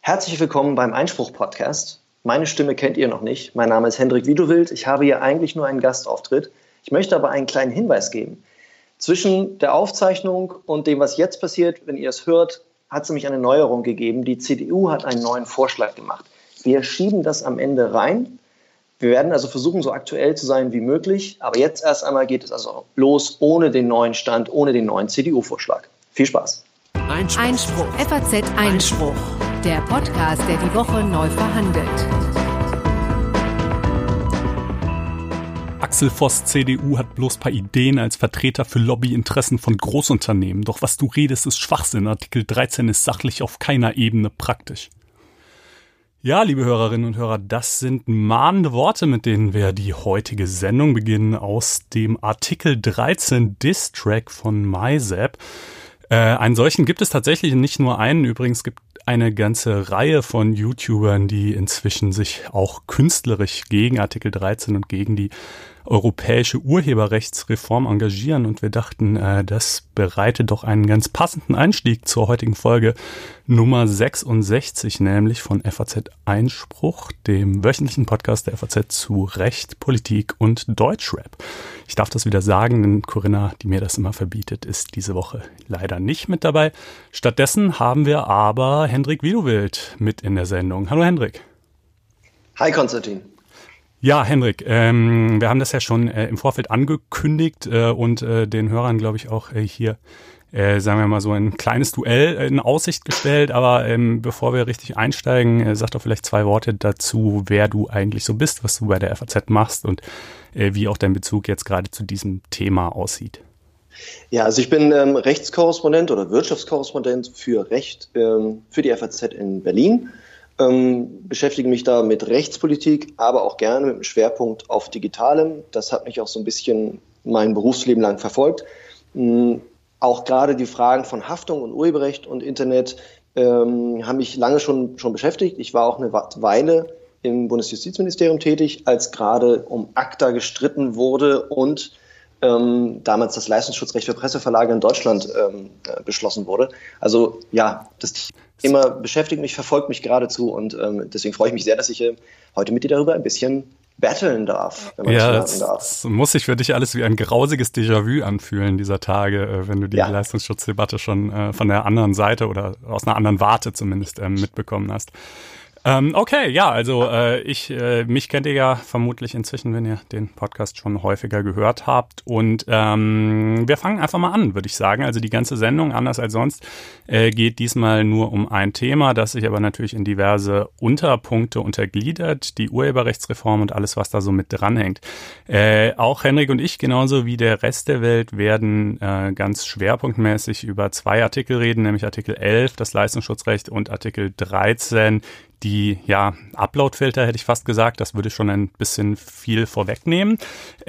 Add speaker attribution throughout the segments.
Speaker 1: Herzlich willkommen beim Einspruch-Podcast. Meine Stimme kennt ihr noch nicht. Mein Name ist Hendrik Wiedowild. Ich habe hier eigentlich nur einen Gastauftritt. Ich möchte aber einen kleinen Hinweis geben. Zwischen der Aufzeichnung und dem, was jetzt passiert, wenn ihr es hört, hat es nämlich eine Neuerung gegeben. Die CDU hat einen neuen Vorschlag gemacht. Wir schieben das am Ende rein. Wir werden also versuchen, so aktuell zu sein wie möglich. Aber jetzt erst einmal geht es also los ohne den neuen Stand, ohne den neuen CDU-Vorschlag. Viel Spaß.
Speaker 2: Einspruch. FAZ Einspruch. Der Podcast, der die Woche neu verhandelt.
Speaker 3: Axel Voss, CDU, hat bloß paar Ideen als Vertreter für Lobbyinteressen von Großunternehmen. Doch was du redest, ist Schwachsinn. Artikel 13 ist sachlich auf keiner Ebene praktisch. Ja, liebe Hörerinnen und Hörer, das sind mahnende Worte, mit denen wir die heutige Sendung beginnen, aus dem Artikel 13 Diss-Track von MyZap. Einen solchen gibt es tatsächlich, nicht nur einen. Übrigens gibt eine ganze Reihe von YouTubern, die inzwischen sich auch künstlerisch gegen Artikel 13 und gegen die europäische Urheberrechtsreform engagieren. Und wir dachten, das bereitet doch einen ganz passenden Einstieg zur heutigen Folge Nummer 66, nämlich von FAZ Einspruch, dem wöchentlichen Podcast der FAZ zu Recht, Politik und Deutschrap. Ich darf das wieder sagen, denn Corinna, die mir das immer verbietet, ist diese Woche leider nicht mit dabei. Stattdessen haben wir aber Hendrik Wiedowild mit in der Sendung. Hallo Hendrik.
Speaker 1: Hi Konstantin.
Speaker 3: Ja, Hendrik, wir haben das ja schon im Vorfeld angekündigt und den Hörern, glaube ich, auch hier, sagen wir mal, so ein kleines Duell in Aussicht gestellt. Aber bevor wir richtig einsteigen, sag doch vielleicht 2 Worte dazu, wer du eigentlich so bist, was du bei der FAZ machst und wie auch dein Bezug jetzt gerade zu diesem Thema aussieht.
Speaker 1: Ja, also ich bin Rechtskorrespondent oder Wirtschaftskorrespondent für Recht für die FAZ in Berlin. Beschäftige mich da mit Rechtspolitik, aber auch gerne mit einem Schwerpunkt auf Digitalem. Das hat mich auch so ein bisschen mein Berufsleben lang verfolgt. Auch gerade die Fragen von Haftung und Urheberrecht und Internet haben mich lange schon beschäftigt. Ich war auch eine Weile im Bundesjustizministerium tätig, als gerade um ACTA gestritten wurde und damals das Leistungsschutzrecht für Presseverlage in Deutschland beschlossen wurde. Also ja, das Thema beschäftigt mich, verfolgt mich geradezu und deswegen freue ich mich sehr, dass ich heute mit dir darüber ein bisschen battlen darf.
Speaker 3: Ja, das muss sich für dich alles wie ein grausiges Déjà-vu anfühlen dieser Tage, wenn du die Leistungsschutzdebatte schon von der anderen Seite oder aus einer anderen Warte zumindest mitbekommen hast. Okay, ja, also mich kennt ihr ja vermutlich inzwischen, wenn ihr den Podcast schon häufiger gehört habt. Und wir fangen einfach mal an, würde ich sagen. Also die ganze Sendung, anders als sonst, geht diesmal nur um ein Thema, das sich aber natürlich in diverse Unterpunkte untergliedert. Die Urheberrechtsreform und alles, was da so mit dranhängt. Auch Hendrik und ich, genauso wie der Rest der Welt, werden ganz schwerpunktmäßig über 2 Artikel reden, nämlich Artikel 11, das Leistungsschutzrecht, und Artikel 13, die, Uploadfilter, hätte ich fast gesagt, das würde schon ein bisschen viel vorwegnehmen.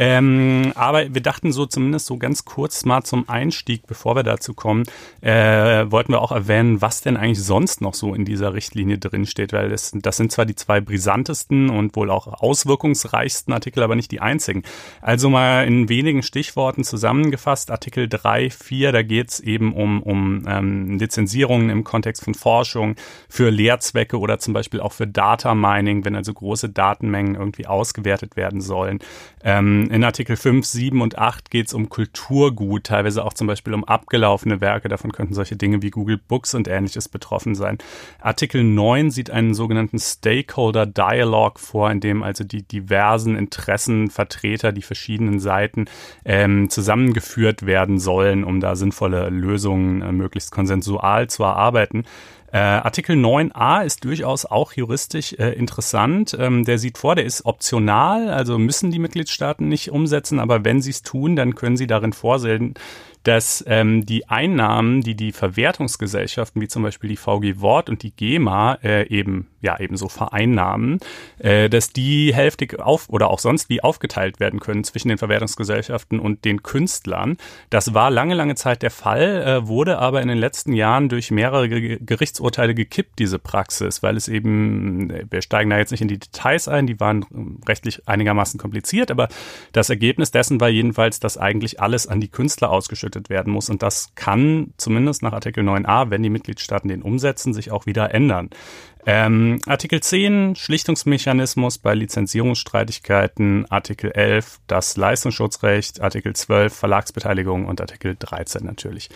Speaker 3: Aber wir dachten so zumindest so ganz kurz mal zum Einstieg, bevor wir dazu kommen, wollten wir auch erwähnen, was denn eigentlich sonst noch so in dieser Richtlinie drinsteht, weil das sind zwar die 2 brisantesten und wohl auch auswirkungsreichsten Artikel, aber nicht die einzigen. Also mal in wenigen Stichworten zusammengefasst, Artikel 3, 4, da geht es eben um Lizenzierungen im Kontext von Forschung für Lehrzwecke oder zum Beispiel auch für Data Mining, wenn also große Datenmengen irgendwie ausgewertet werden sollen. In Artikel 5, 7 und 8 geht es um Kulturgut, teilweise auch zum Beispiel um abgelaufene Werke. Davon könnten solche Dinge wie Google Books und Ähnliches betroffen sein. Artikel 9 sieht einen sogenannten Stakeholder Dialog vor, in dem also die diversen Interessenvertreter, die verschiedenen Seiten zusammengeführt werden sollen, um da sinnvolle Lösungen möglichst konsensual zu erarbeiten. Artikel 9a ist durchaus auch juristisch interessant. Der sieht vor, der ist optional, also müssen die Mitgliedstaaten nicht umsetzen, aber wenn sie es tun, dann können sie darin vorsehen, dass die Einnahmen, die die Verwertungsgesellschaften, wie zum Beispiel die VG Wort und die GEMA ebenso vereinnahmen, dass die hälftig oder auch sonst wie aufgeteilt werden können zwischen den Verwertungsgesellschaften und den Künstlern. Das war lange Zeit der Fall, wurde aber in den letzten Jahren durch mehrere Gerichtsurteile gekippt, diese Praxis, weil es eben, wir steigen da jetzt nicht in die Details ein, die waren rechtlich einigermaßen kompliziert, aber das Ergebnis dessen war jedenfalls, dass eigentlich alles an die Künstler ausgeschüttet werden muss und das kann zumindest nach Artikel 9a, wenn die Mitgliedstaaten den umsetzen, sich auch wieder ändern. Artikel 10, Schlichtungsmechanismus bei Lizenzierungsstreitigkeiten, Artikel 11, das Leistungsschutzrecht, Artikel 12, Verlagsbeteiligung und Artikel 13 natürlich.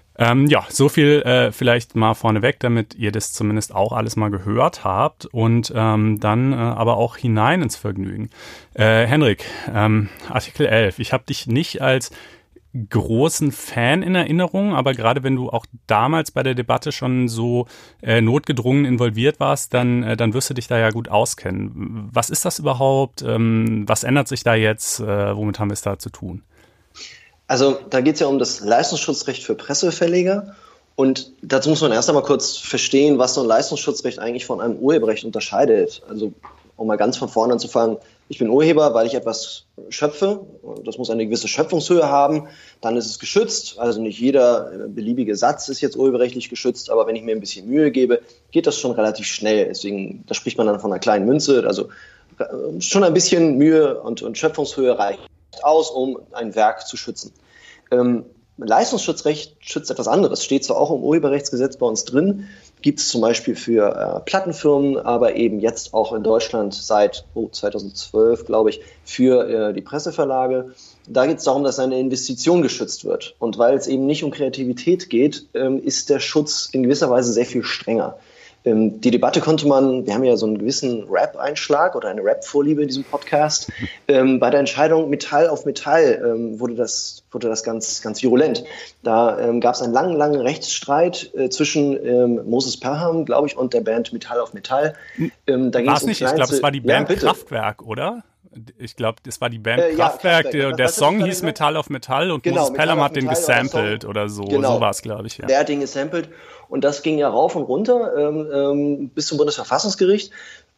Speaker 3: So viel vielleicht mal vorneweg, damit ihr das zumindest auch alles mal gehört habt und dann aber auch hinein ins Vergnügen. Henrik, Artikel 11, ich habe dich nicht als großen Fan in Erinnerung, aber gerade wenn du auch damals bei der Debatte schon so notgedrungen involviert warst, dann wirst du dich da ja gut auskennen. Was ist das überhaupt? Was ändert sich da jetzt? Womit haben wir es da zu tun?
Speaker 1: Also da geht es ja um das Leistungsschutzrecht für Presseverleger und dazu muss man erst einmal kurz verstehen, was so ein Leistungsschutzrecht eigentlich von einem Urheberrecht unterscheidet. Also um mal ganz von vorne anzufangen, ich bin Urheber, weil ich etwas schöpfe, das muss eine gewisse Schöpfungshöhe haben, dann ist es geschützt, also nicht jeder beliebige Satz ist jetzt urheberrechtlich geschützt, aber wenn ich mir ein bisschen Mühe gebe, geht das schon relativ schnell, deswegen, da spricht man dann von einer kleinen Münze, also schon ein bisschen Mühe und Schöpfungshöhe reicht aus, um ein Werk zu schützen. Leistungsschutzrecht schützt etwas anderes, steht zwar auch im Urheberrechtsgesetz bei uns drin, gibt es zum Beispiel für Plattenfirmen, aber eben jetzt auch in Deutschland seit 2012, glaube ich, für die Presseverlage. Da geht es darum, dass eine Investition geschützt wird. Und weil es eben nicht um Kreativität geht, ist der Schutz in gewisser Weise sehr viel strenger. Die Debatte konnte man, wir haben ja so einen gewissen Rap-Einschlag oder eine Rap-Vorliebe in diesem Podcast. Bei der Entscheidung Metall auf Metall wurde das ganz, ganz virulent. Da gab es einen langen Rechtsstreit zwischen Moses Pelham, glaube ich, und der Band Metall auf Metall.
Speaker 3: War es nicht? Ich glaube, es war die Band Kraftwerk, oder? Ich glaube, das war die Band Kraftwerk. Der Song hieß Metall auf Metall und Moses Pelham hat den gesampelt oder so. Genau. So war es, glaube ich. Ja.
Speaker 1: Der hat den gesampelt. Und das ging ja rauf und runter bis zum Bundesverfassungsgericht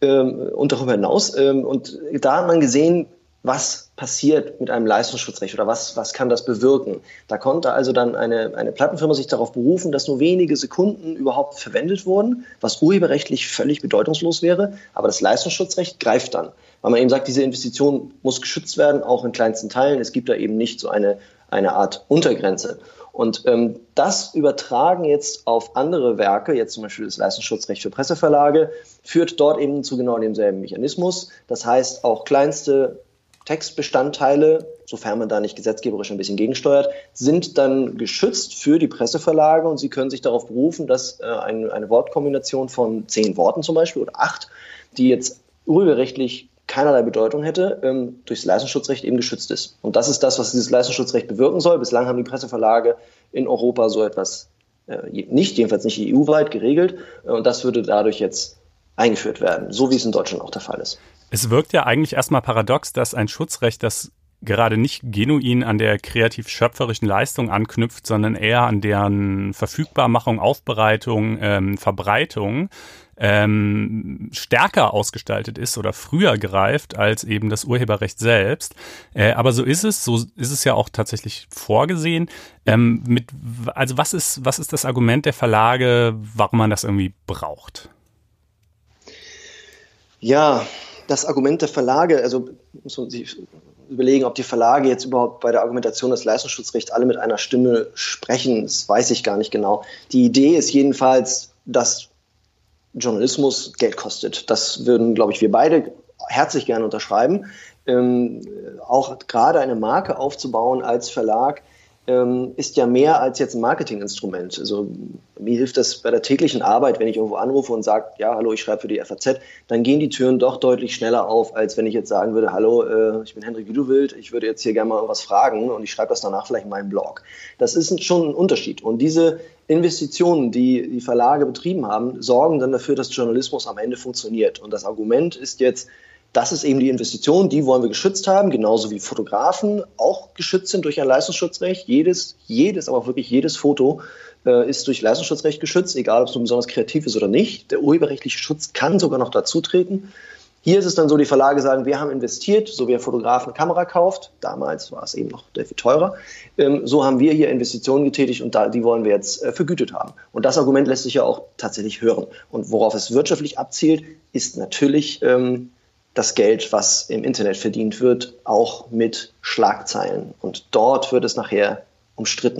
Speaker 1: und darüber hinaus. Und da hat man gesehen, was passiert mit einem Leistungsschutzrecht oder was kann das bewirken. Da konnte also dann eine Plattenfirma sich darauf berufen, dass nur wenige Sekunden überhaupt verwendet wurden, was urheberrechtlich völlig bedeutungslos wäre. Aber das Leistungsschutzrecht greift dann, weil man eben sagt, diese Investition muss geschützt werden, auch in kleinsten Teilen. Es gibt da eben nicht so eine Art Untergrenze. Und das Übertragen jetzt auf andere Werke, jetzt zum Beispiel das Leistungsschutzrecht für Presseverlage, führt dort eben zu genau demselben Mechanismus. Das heißt, auch kleinste Textbestandteile, sofern man da nicht gesetzgeberisch ein bisschen gegensteuert, sind dann geschützt für die Presseverlage und sie können sich darauf berufen, dass eine Wortkombination von 10 Worten zum Beispiel oder 8, die jetzt urheberrechtlich keinerlei Bedeutung hätte, durchs Leistungsschutzrecht eben geschützt ist. Und das ist das, was dieses Leistungsschutzrecht bewirken soll. Bislang haben die Presseverlage in Europa so etwas jedenfalls nicht EU-weit geregelt. Und das würde dadurch jetzt eingeführt werden, so wie es in Deutschland auch der Fall ist.
Speaker 3: Es wirkt ja eigentlich erstmal paradox, dass ein Schutzrecht, das gerade nicht genuin an der kreativ-schöpferischen Leistung anknüpft, sondern eher an deren Verfügbarmachung, Aufbereitung, Verbreitung, stärker ausgestaltet ist oder früher greift als eben das Urheberrecht selbst. Aber so ist es ja auch tatsächlich vorgesehen. Also was ist das Argument der Verlage, warum man das irgendwie braucht?
Speaker 1: Ja, das Argument der Verlage, also muss man sich überlegen, ob die Verlage jetzt überhaupt bei der Argumentation des Leistungsschutzrechts alle mit einer Stimme sprechen, das weiß ich gar nicht genau. Die Idee ist jedenfalls, dass Journalismus Geld kostet. Das würden, glaube ich, wir beide herzlich gerne unterschreiben. Auch gerade eine Marke aufzubauen als Verlag ist ja mehr als jetzt ein Marketinginstrument. Also mir hilft das bei der täglichen Arbeit, wenn ich irgendwo anrufe und sage, ja, hallo, ich schreibe für die FAZ, dann gehen die Türen doch deutlich schneller auf, als wenn ich jetzt sagen würde, hallo, ich bin Henrik Wiedewild, ich würde jetzt hier gerne mal was fragen und ich schreibe das danach vielleicht in meinem Blog. Das ist schon ein Unterschied. Und diese Investitionen, die die Verlage betrieben haben, sorgen dann dafür, dass Journalismus am Ende funktioniert. Und das Argument ist jetzt, das ist eben die Investition, die wollen wir geschützt haben, genauso wie Fotografen auch geschützt sind durch ein Leistungsschutzrecht. Jedes, aber auch wirklich jedes Foto ist durch Leistungsschutzrecht geschützt, egal ob es nun besonders kreativ ist oder nicht. Der urheberrechtliche Schutz kann sogar noch dazu treten. Hier ist es dann so, die Verlage sagen, wir haben investiert, so wie ein Fotograf eine Kamera kauft, damals war es eben noch sehr viel teurer, so haben wir hier Investitionen getätigt und die wollen wir jetzt vergütet haben. Und das Argument lässt sich ja auch tatsächlich hören. Und worauf es wirtschaftlich abzielt, ist natürlich das Geld, was im Internet verdient wird, auch mit Schlagzeilen. Und dort wird es nachher umstritten.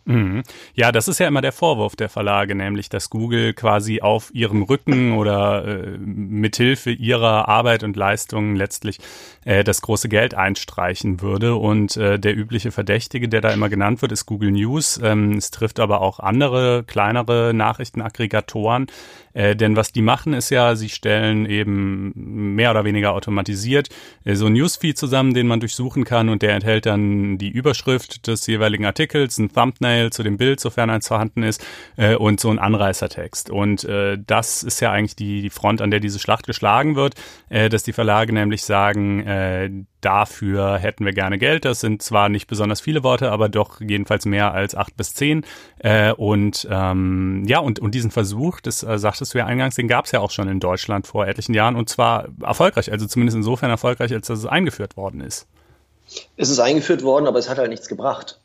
Speaker 3: Ja, das ist ja immer der Vorwurf der Verlage, nämlich, dass Google quasi auf ihrem Rücken oder mithilfe ihrer Arbeit und Leistungen letztlich das große Geld einstreichen würde. Und der übliche Verdächtige, der da immer genannt wird, ist Google News. Es trifft aber auch andere, kleinere Nachrichtenaggregatoren. Denn was die machen, ist ja, sie stellen eben mehr oder weniger automatisiert so ein Newsfeed zusammen, den man durchsuchen kann, und der enthält dann die Überschrift des jeweiligen Artikels, ein Thumbnail zu dem Bild, sofern eins vorhanden ist, und so ein Anreißertext. Und das ist ja eigentlich die Front, an der diese Schlacht geschlagen wird, dass die Verlage nämlich sagen, dafür hätten wir gerne Geld. Das sind zwar nicht besonders viele Worte, aber doch jedenfalls mehr als 8 bis 10. Und diesen Versuch, das sagtest du ja eingangs, den gab es ja auch schon in Deutschland vor etlichen Jahren, und zwar erfolgreich, also zumindest insofern erfolgreich, als dass es eingeführt worden ist.
Speaker 1: Es ist eingeführt worden, aber es hat halt nichts gebracht,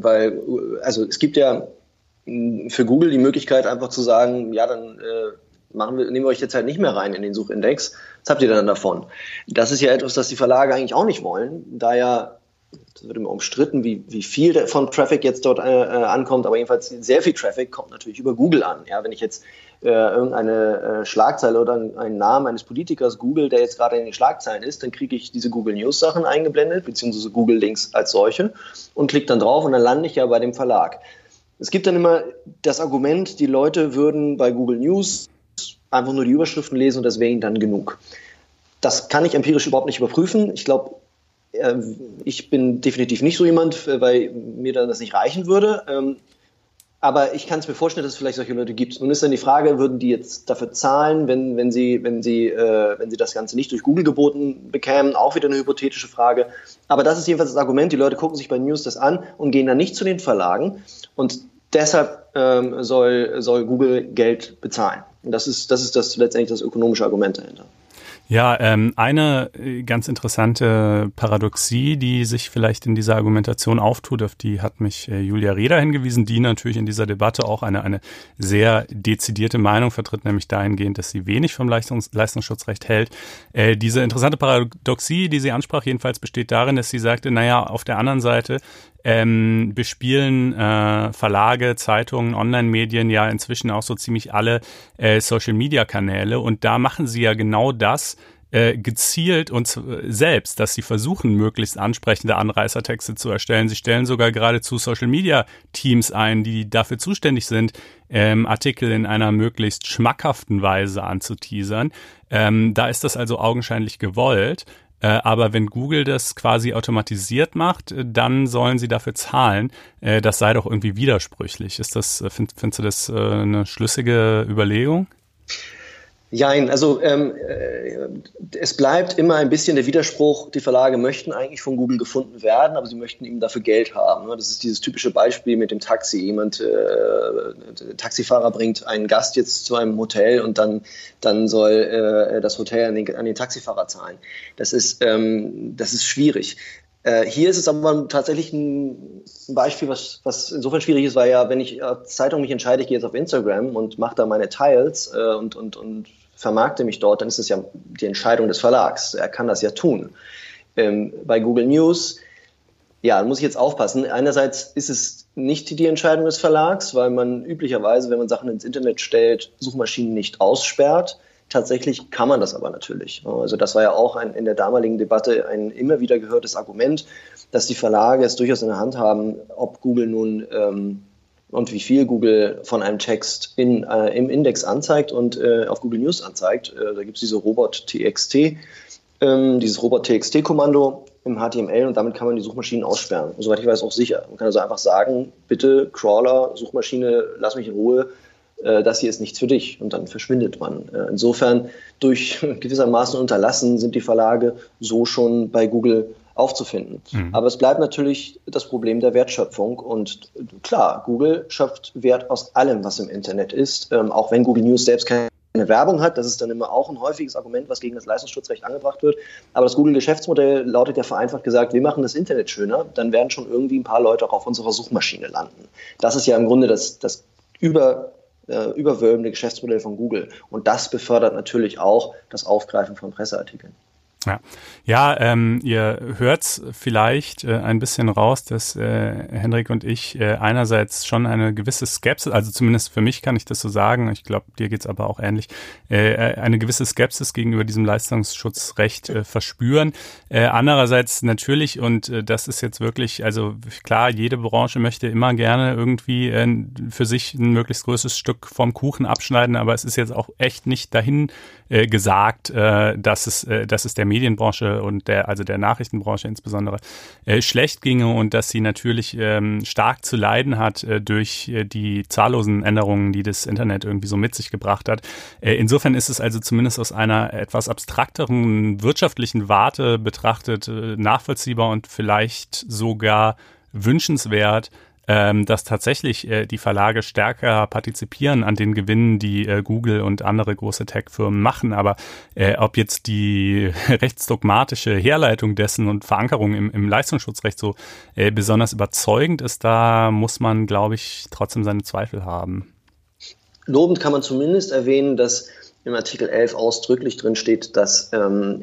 Speaker 1: also es gibt ja für Google die Möglichkeit, einfach zu sagen, ja, dann nehmen wir euch jetzt halt nicht mehr rein in den Suchindex. Was habt ihr dann davon? Das ist ja etwas, das die Verlage eigentlich auch nicht wollen, da ja, das wird immer umstritten, wie viel von Traffic jetzt dort ankommt, aber jedenfalls sehr viel Traffic kommt natürlich über Google an. Ja, wenn ich jetzt irgendeine Schlagzeile oder einen Namen eines Politikers google, der jetzt gerade in den Schlagzeilen ist, dann kriege ich diese Google News Sachen eingeblendet, beziehungsweise Google Links als solche, und klicke dann drauf und dann lande ich ja bei dem Verlag. Es gibt dann immer das Argument, die Leute würden bei Google News einfach nur die Überschriften lesen und das wäre ihnen dann genug. Das kann ich empirisch überhaupt nicht überprüfen. Ich glaube, ich bin definitiv nicht so jemand, weil mir dann das nicht reichen würde. Aber ich kann es mir vorstellen, dass es vielleicht solche Leute gibt. Nun ist dann die Frage, würden die jetzt dafür zahlen, wenn sie das Ganze nicht durch Google geboten bekämen? Auch wieder eine hypothetische Frage. Aber das ist jedenfalls das Argument. Die Leute gucken sich bei News das an und gehen dann nicht zu den Verlagen. Und deshalb soll Google Geld bezahlen. Und das ist letztendlich das ökonomische Argument dahinter.
Speaker 3: Ja, eine ganz interessante Paradoxie, die sich vielleicht in dieser Argumentation auftut, auf die hat mich Julia Reda hingewiesen, die natürlich in dieser Debatte auch eine sehr dezidierte Meinung vertritt, nämlich dahingehend, dass sie wenig vom Leistungsschutzrecht hält. Diese interessante Paradoxie, die sie ansprach, jedenfalls besteht darin, dass sie sagte, naja, auf der anderen Seite bespielen Verlage, Zeitungen, Online-Medien ja inzwischen auch so ziemlich alle Social-Media-Kanäle, und da machen sie ja genau das gezielt und selbst, dass sie versuchen, möglichst ansprechende Anreißertexte zu erstellen. Sie stellen sogar geradezu Social-Media-Teams ein, die dafür zuständig sind, Artikel in einer möglichst schmackhaften Weise anzuteasern. Da ist das also augenscheinlich gewollt. Aber wenn Google das quasi automatisiert macht, dann sollen sie dafür zahlen. Das sei doch irgendwie widersprüchlich. Findest du das eine schlüssige Überlegung?
Speaker 1: Jein, also es bleibt immer ein bisschen der Widerspruch, die Verlage möchten eigentlich von Google gefunden werden, aber sie möchten eben dafür Geld haben. Das ist dieses typische Beispiel mit dem Taxi. Der Taxifahrer bringt einen Gast jetzt zu einem Hotel und dann soll das Hotel an den Taxifahrer zahlen. Das ist schwierig. Hier ist es aber tatsächlich ein Beispiel, was insofern schwierig ist, weil ja, wenn ich als Zeitung mich entscheide, ich gehe jetzt auf Instagram und mache da meine Tiles und vermarkte mich dort, dann ist es ja die Entscheidung des Verlags. Er kann das ja tun. Bei Google News, ja, da muss ich jetzt aufpassen. Einerseits ist es nicht die Entscheidung des Verlags, weil man üblicherweise, wenn man Sachen ins Internet stellt, Suchmaschinen nicht aussperrt. Tatsächlich kann man das aber natürlich. Also das war ja auch in der damaligen Debatte ein immer wieder gehörtes Argument, dass die Verlage es durchaus in der Hand haben, ob Google nun und wie viel Google von einem Text im Index anzeigt und auf Google News anzeigt. Da gibt es diese dieses Robot-TXT-Kommando im HTML, und damit kann man die Suchmaschinen aussperren. Und soweit ich weiß, auch sicher. Man kann also einfach sagen, bitte Crawler, Suchmaschine, lass mich in Ruhe. Das hier ist nichts für dich, und dann verschwindet man. Insofern, durch gewissermaßen Unterlassen sind die Verlage so schon bei Google aufzufinden. Aber es bleibt natürlich das Problem der Wertschöpfung, und klar, Google schöpft Wert aus allem, was im Internet ist, auch wenn Google News selbst keine Werbung hat. Das ist dann immer auch ein häufiges Argument, was gegen das Leistungsschutzrecht angebracht wird. Aber das Google-Geschäftsmodell lautet ja vereinfacht gesagt, wir machen das Internet schöner, dann werden schon irgendwie ein paar Leute auch auf unserer Suchmaschine landen. Das ist ja im Grunde das überwölbende Geschäftsmodell von Google. Und das befördert natürlich auch das Aufgreifen von Presseartikeln.
Speaker 3: Ja, ihr hört's vielleicht ein bisschen raus, dass Henrik und ich einerseits schon eine gewisse Skepsis, also zumindest für mich kann ich das so sagen, ich glaube, dir geht's aber auch ähnlich, eine gewisse Skepsis gegenüber diesem Leistungsschutzrecht verspüren. Andererseits natürlich, und das ist jetzt wirklich, also klar, jede Branche möchte immer gerne irgendwie für sich ein möglichst größtes Stück vom Kuchen abschneiden, aber es ist jetzt auch echt nicht dahin gesagt, dass es der Medienbranche und der Nachrichtenbranche insbesondere schlecht ginge und dass sie natürlich stark zu leiden hat durch die zahllosen Änderungen, die das Internet irgendwie so mit sich gebracht hat. Insofern ist es also zumindest aus einer etwas abstrakteren wirtschaftlichen Warte betrachtet nachvollziehbar und vielleicht sogar wünschenswert, dass tatsächlich die Verlage stärker partizipieren an den Gewinnen, die Google und andere große Tech-Firmen machen. Aber ob jetzt die rechtsdogmatische Herleitung dessen und Verankerung im Leistungsschutzrecht so besonders überzeugend ist, da muss man, glaube ich, trotzdem seine Zweifel haben.
Speaker 1: Lobend kann man zumindest erwähnen, dass im Artikel 11 ausdrücklich drin steht, dass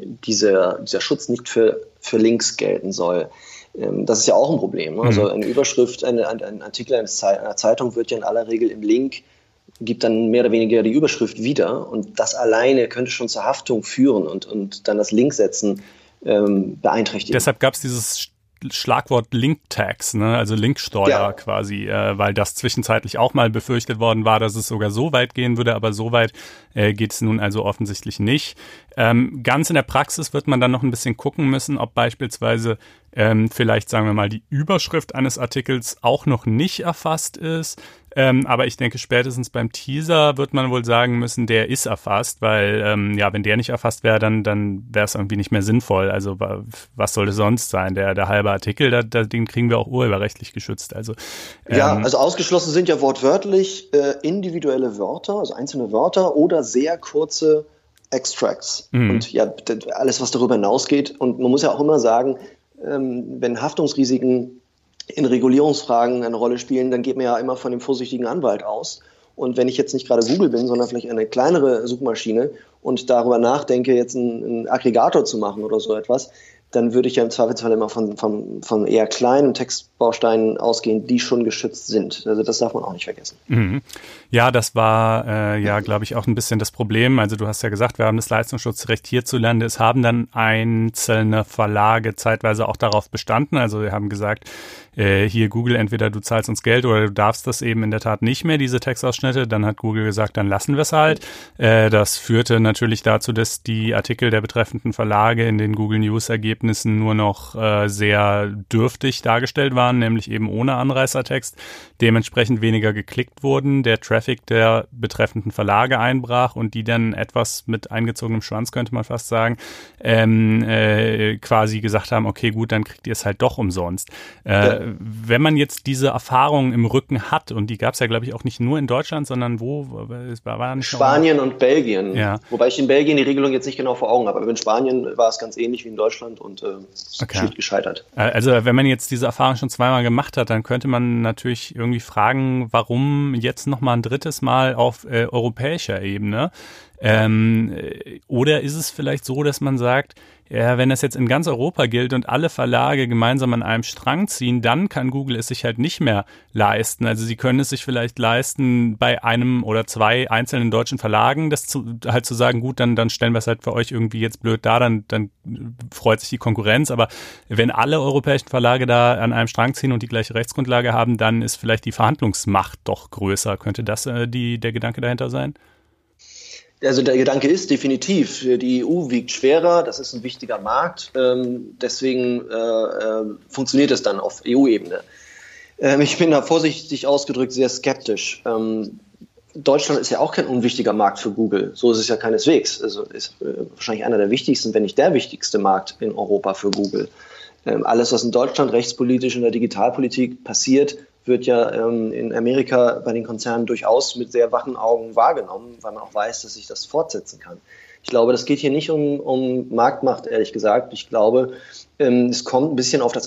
Speaker 1: dieser Schutz nicht für Links gelten soll. Das ist ja auch ein Problem. Also eine Überschrift, ein Artikel einer Zeitung wird ja in aller Regel im Link, gibt dann mehr oder weniger die Überschrift wieder und das alleine könnte schon zur Haftung führen und dann das Linksetzen beeinträchtigen.
Speaker 3: Deshalb gab es dieses Schlagwort Link-Tax, ne? Also Linksteuer quasi, weil das zwischenzeitlich auch mal befürchtet worden war, dass es sogar so weit gehen würde, aber so weit geht es nun also offensichtlich nicht. Ganz in der Praxis wird man dann noch ein bisschen gucken müssen, ob beispielsweise vielleicht, sagen wir mal, die Überschrift eines Artikels auch noch nicht erfasst ist. Aber ich denke, spätestens beim Teaser wird man wohl sagen müssen, der ist erfasst, weil wenn der nicht erfasst wäre, dann wäre es irgendwie nicht mehr sinnvoll. Also was soll es sonst sein? Der halbe Artikel, den kriegen wir auch urheberrechtlich geschützt. Also
Speaker 1: also ausgeschlossen sind ja wortwörtlich individuelle Wörter, also einzelne Wörter oder sehr kurze Extracts. Und ja, alles, was darüber hinausgeht. Und man muss ja auch immer sagen, wenn Haftungsrisiken in Regulierungsfragen eine Rolle spielen, dann geht man ja immer von dem vorsichtigen Anwalt aus. Und wenn ich jetzt nicht gerade Google bin, sondern vielleicht eine kleinere Suchmaschine und darüber nachdenke, jetzt einen Aggregator zu machen oder so etwas, dann würde ich ja im Zweifelsfall immer von eher kleinen Textbausteinen ausgehen, die schon geschützt sind. Also das darf man auch nicht vergessen.
Speaker 3: Mhm. Ja, das war glaube ich, auch ein bisschen das Problem. Also du hast ja gesagt, wir haben das Leistungsschutzrecht hierzulande. Es haben dann einzelne Verlage zeitweise auch darauf bestanden. Also wir haben gesagt, hier Google, entweder du zahlst uns Geld oder du darfst das eben in der Tat nicht mehr, diese Textausschnitte. Dann hat Google gesagt, dann lassen wir es halt. Das führte natürlich dazu, dass die Artikel der betreffenden Verlage in den Google News-Ergebnissen nur noch sehr dürftig dargestellt waren, nämlich eben ohne Anreißertext. Dementsprechend weniger geklickt wurden, der Traffic der betreffenden Verlage einbrach und die dann etwas mit eingezogenem Schwanz, könnte man fast sagen, quasi gesagt haben, okay, gut, dann kriegt ihr es halt doch umsonst. Wenn man jetzt diese Erfahrungen im Rücken hat, und die gab es ja, glaube ich, auch nicht nur in Deutschland, sondern war nicht
Speaker 1: Spanien und Belgien.
Speaker 3: Ja.
Speaker 1: Wobei ich in Belgien die Regelung jetzt nicht genau vor Augen habe. Aber in Spanien war es ganz ähnlich wie in Deutschland und schlicht gescheitert.
Speaker 3: Also wenn man jetzt diese Erfahrung schon zweimal gemacht hat, dann könnte man natürlich irgendwie fragen, warum jetzt noch mal ein drittes Mal auf europäischer Ebene? Oder ist es vielleicht so, dass man sagt, ja, wenn das jetzt in ganz Europa gilt und alle Verlage gemeinsam an einem Strang ziehen, dann kann Google es sich halt nicht mehr leisten. Also sie können es sich vielleicht leisten, bei einem oder zwei einzelnen deutschen Verlagen das zu sagen, gut, dann stellen wir es halt für euch irgendwie jetzt blöd dar, dann freut sich die Konkurrenz. Aber wenn alle europäischen Verlage da an einem Strang ziehen und die gleiche Rechtsgrundlage haben, dann ist vielleicht die Verhandlungsmacht doch größer. Könnte das der Gedanke dahinter sein?
Speaker 1: Also der Gedanke ist definitiv, die EU wiegt schwerer, das ist ein wichtiger Markt, deswegen funktioniert es dann auf EU-Ebene. Ich bin da vorsichtig ausgedrückt sehr skeptisch. Deutschland ist ja auch kein unwichtiger Markt für Google, so ist es ja keineswegs. Also ist wahrscheinlich einer der wichtigsten, wenn nicht der wichtigste Markt in Europa für Google. Alles, was in Deutschland rechtspolitisch in der Digitalpolitik passiert, wird ja in Amerika bei den Konzernen durchaus mit sehr wachen Augen wahrgenommen, weil man auch weiß, dass sich das fortsetzen kann. Ich glaube, das geht hier nicht um Marktmacht, ehrlich gesagt. Ich glaube, es kommt ein bisschen auf das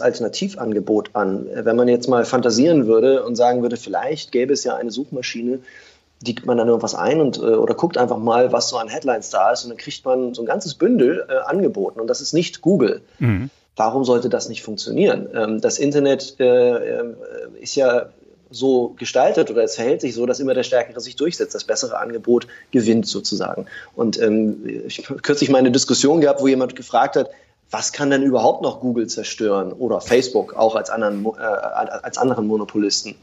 Speaker 1: Alternativangebot an. Wenn man jetzt mal fantasieren würde und sagen würde, vielleicht gäbe es ja eine Suchmaschine, gibt man dann irgendwas ein oder guckt einfach mal, was so an Headlines da ist und dann kriegt man so ein ganzes Bündel angeboten und das ist nicht Google. Mhm. Warum sollte das nicht funktionieren? Das Internet ist ja so gestaltet oder es verhält sich so, dass immer der Stärkere sich durchsetzt, das bessere Angebot gewinnt sozusagen. Und ich habe kürzlich mal eine Diskussion gehabt, wo jemand gefragt hat, was kann denn überhaupt noch Google zerstören oder Facebook auch als anderen Monopolisten?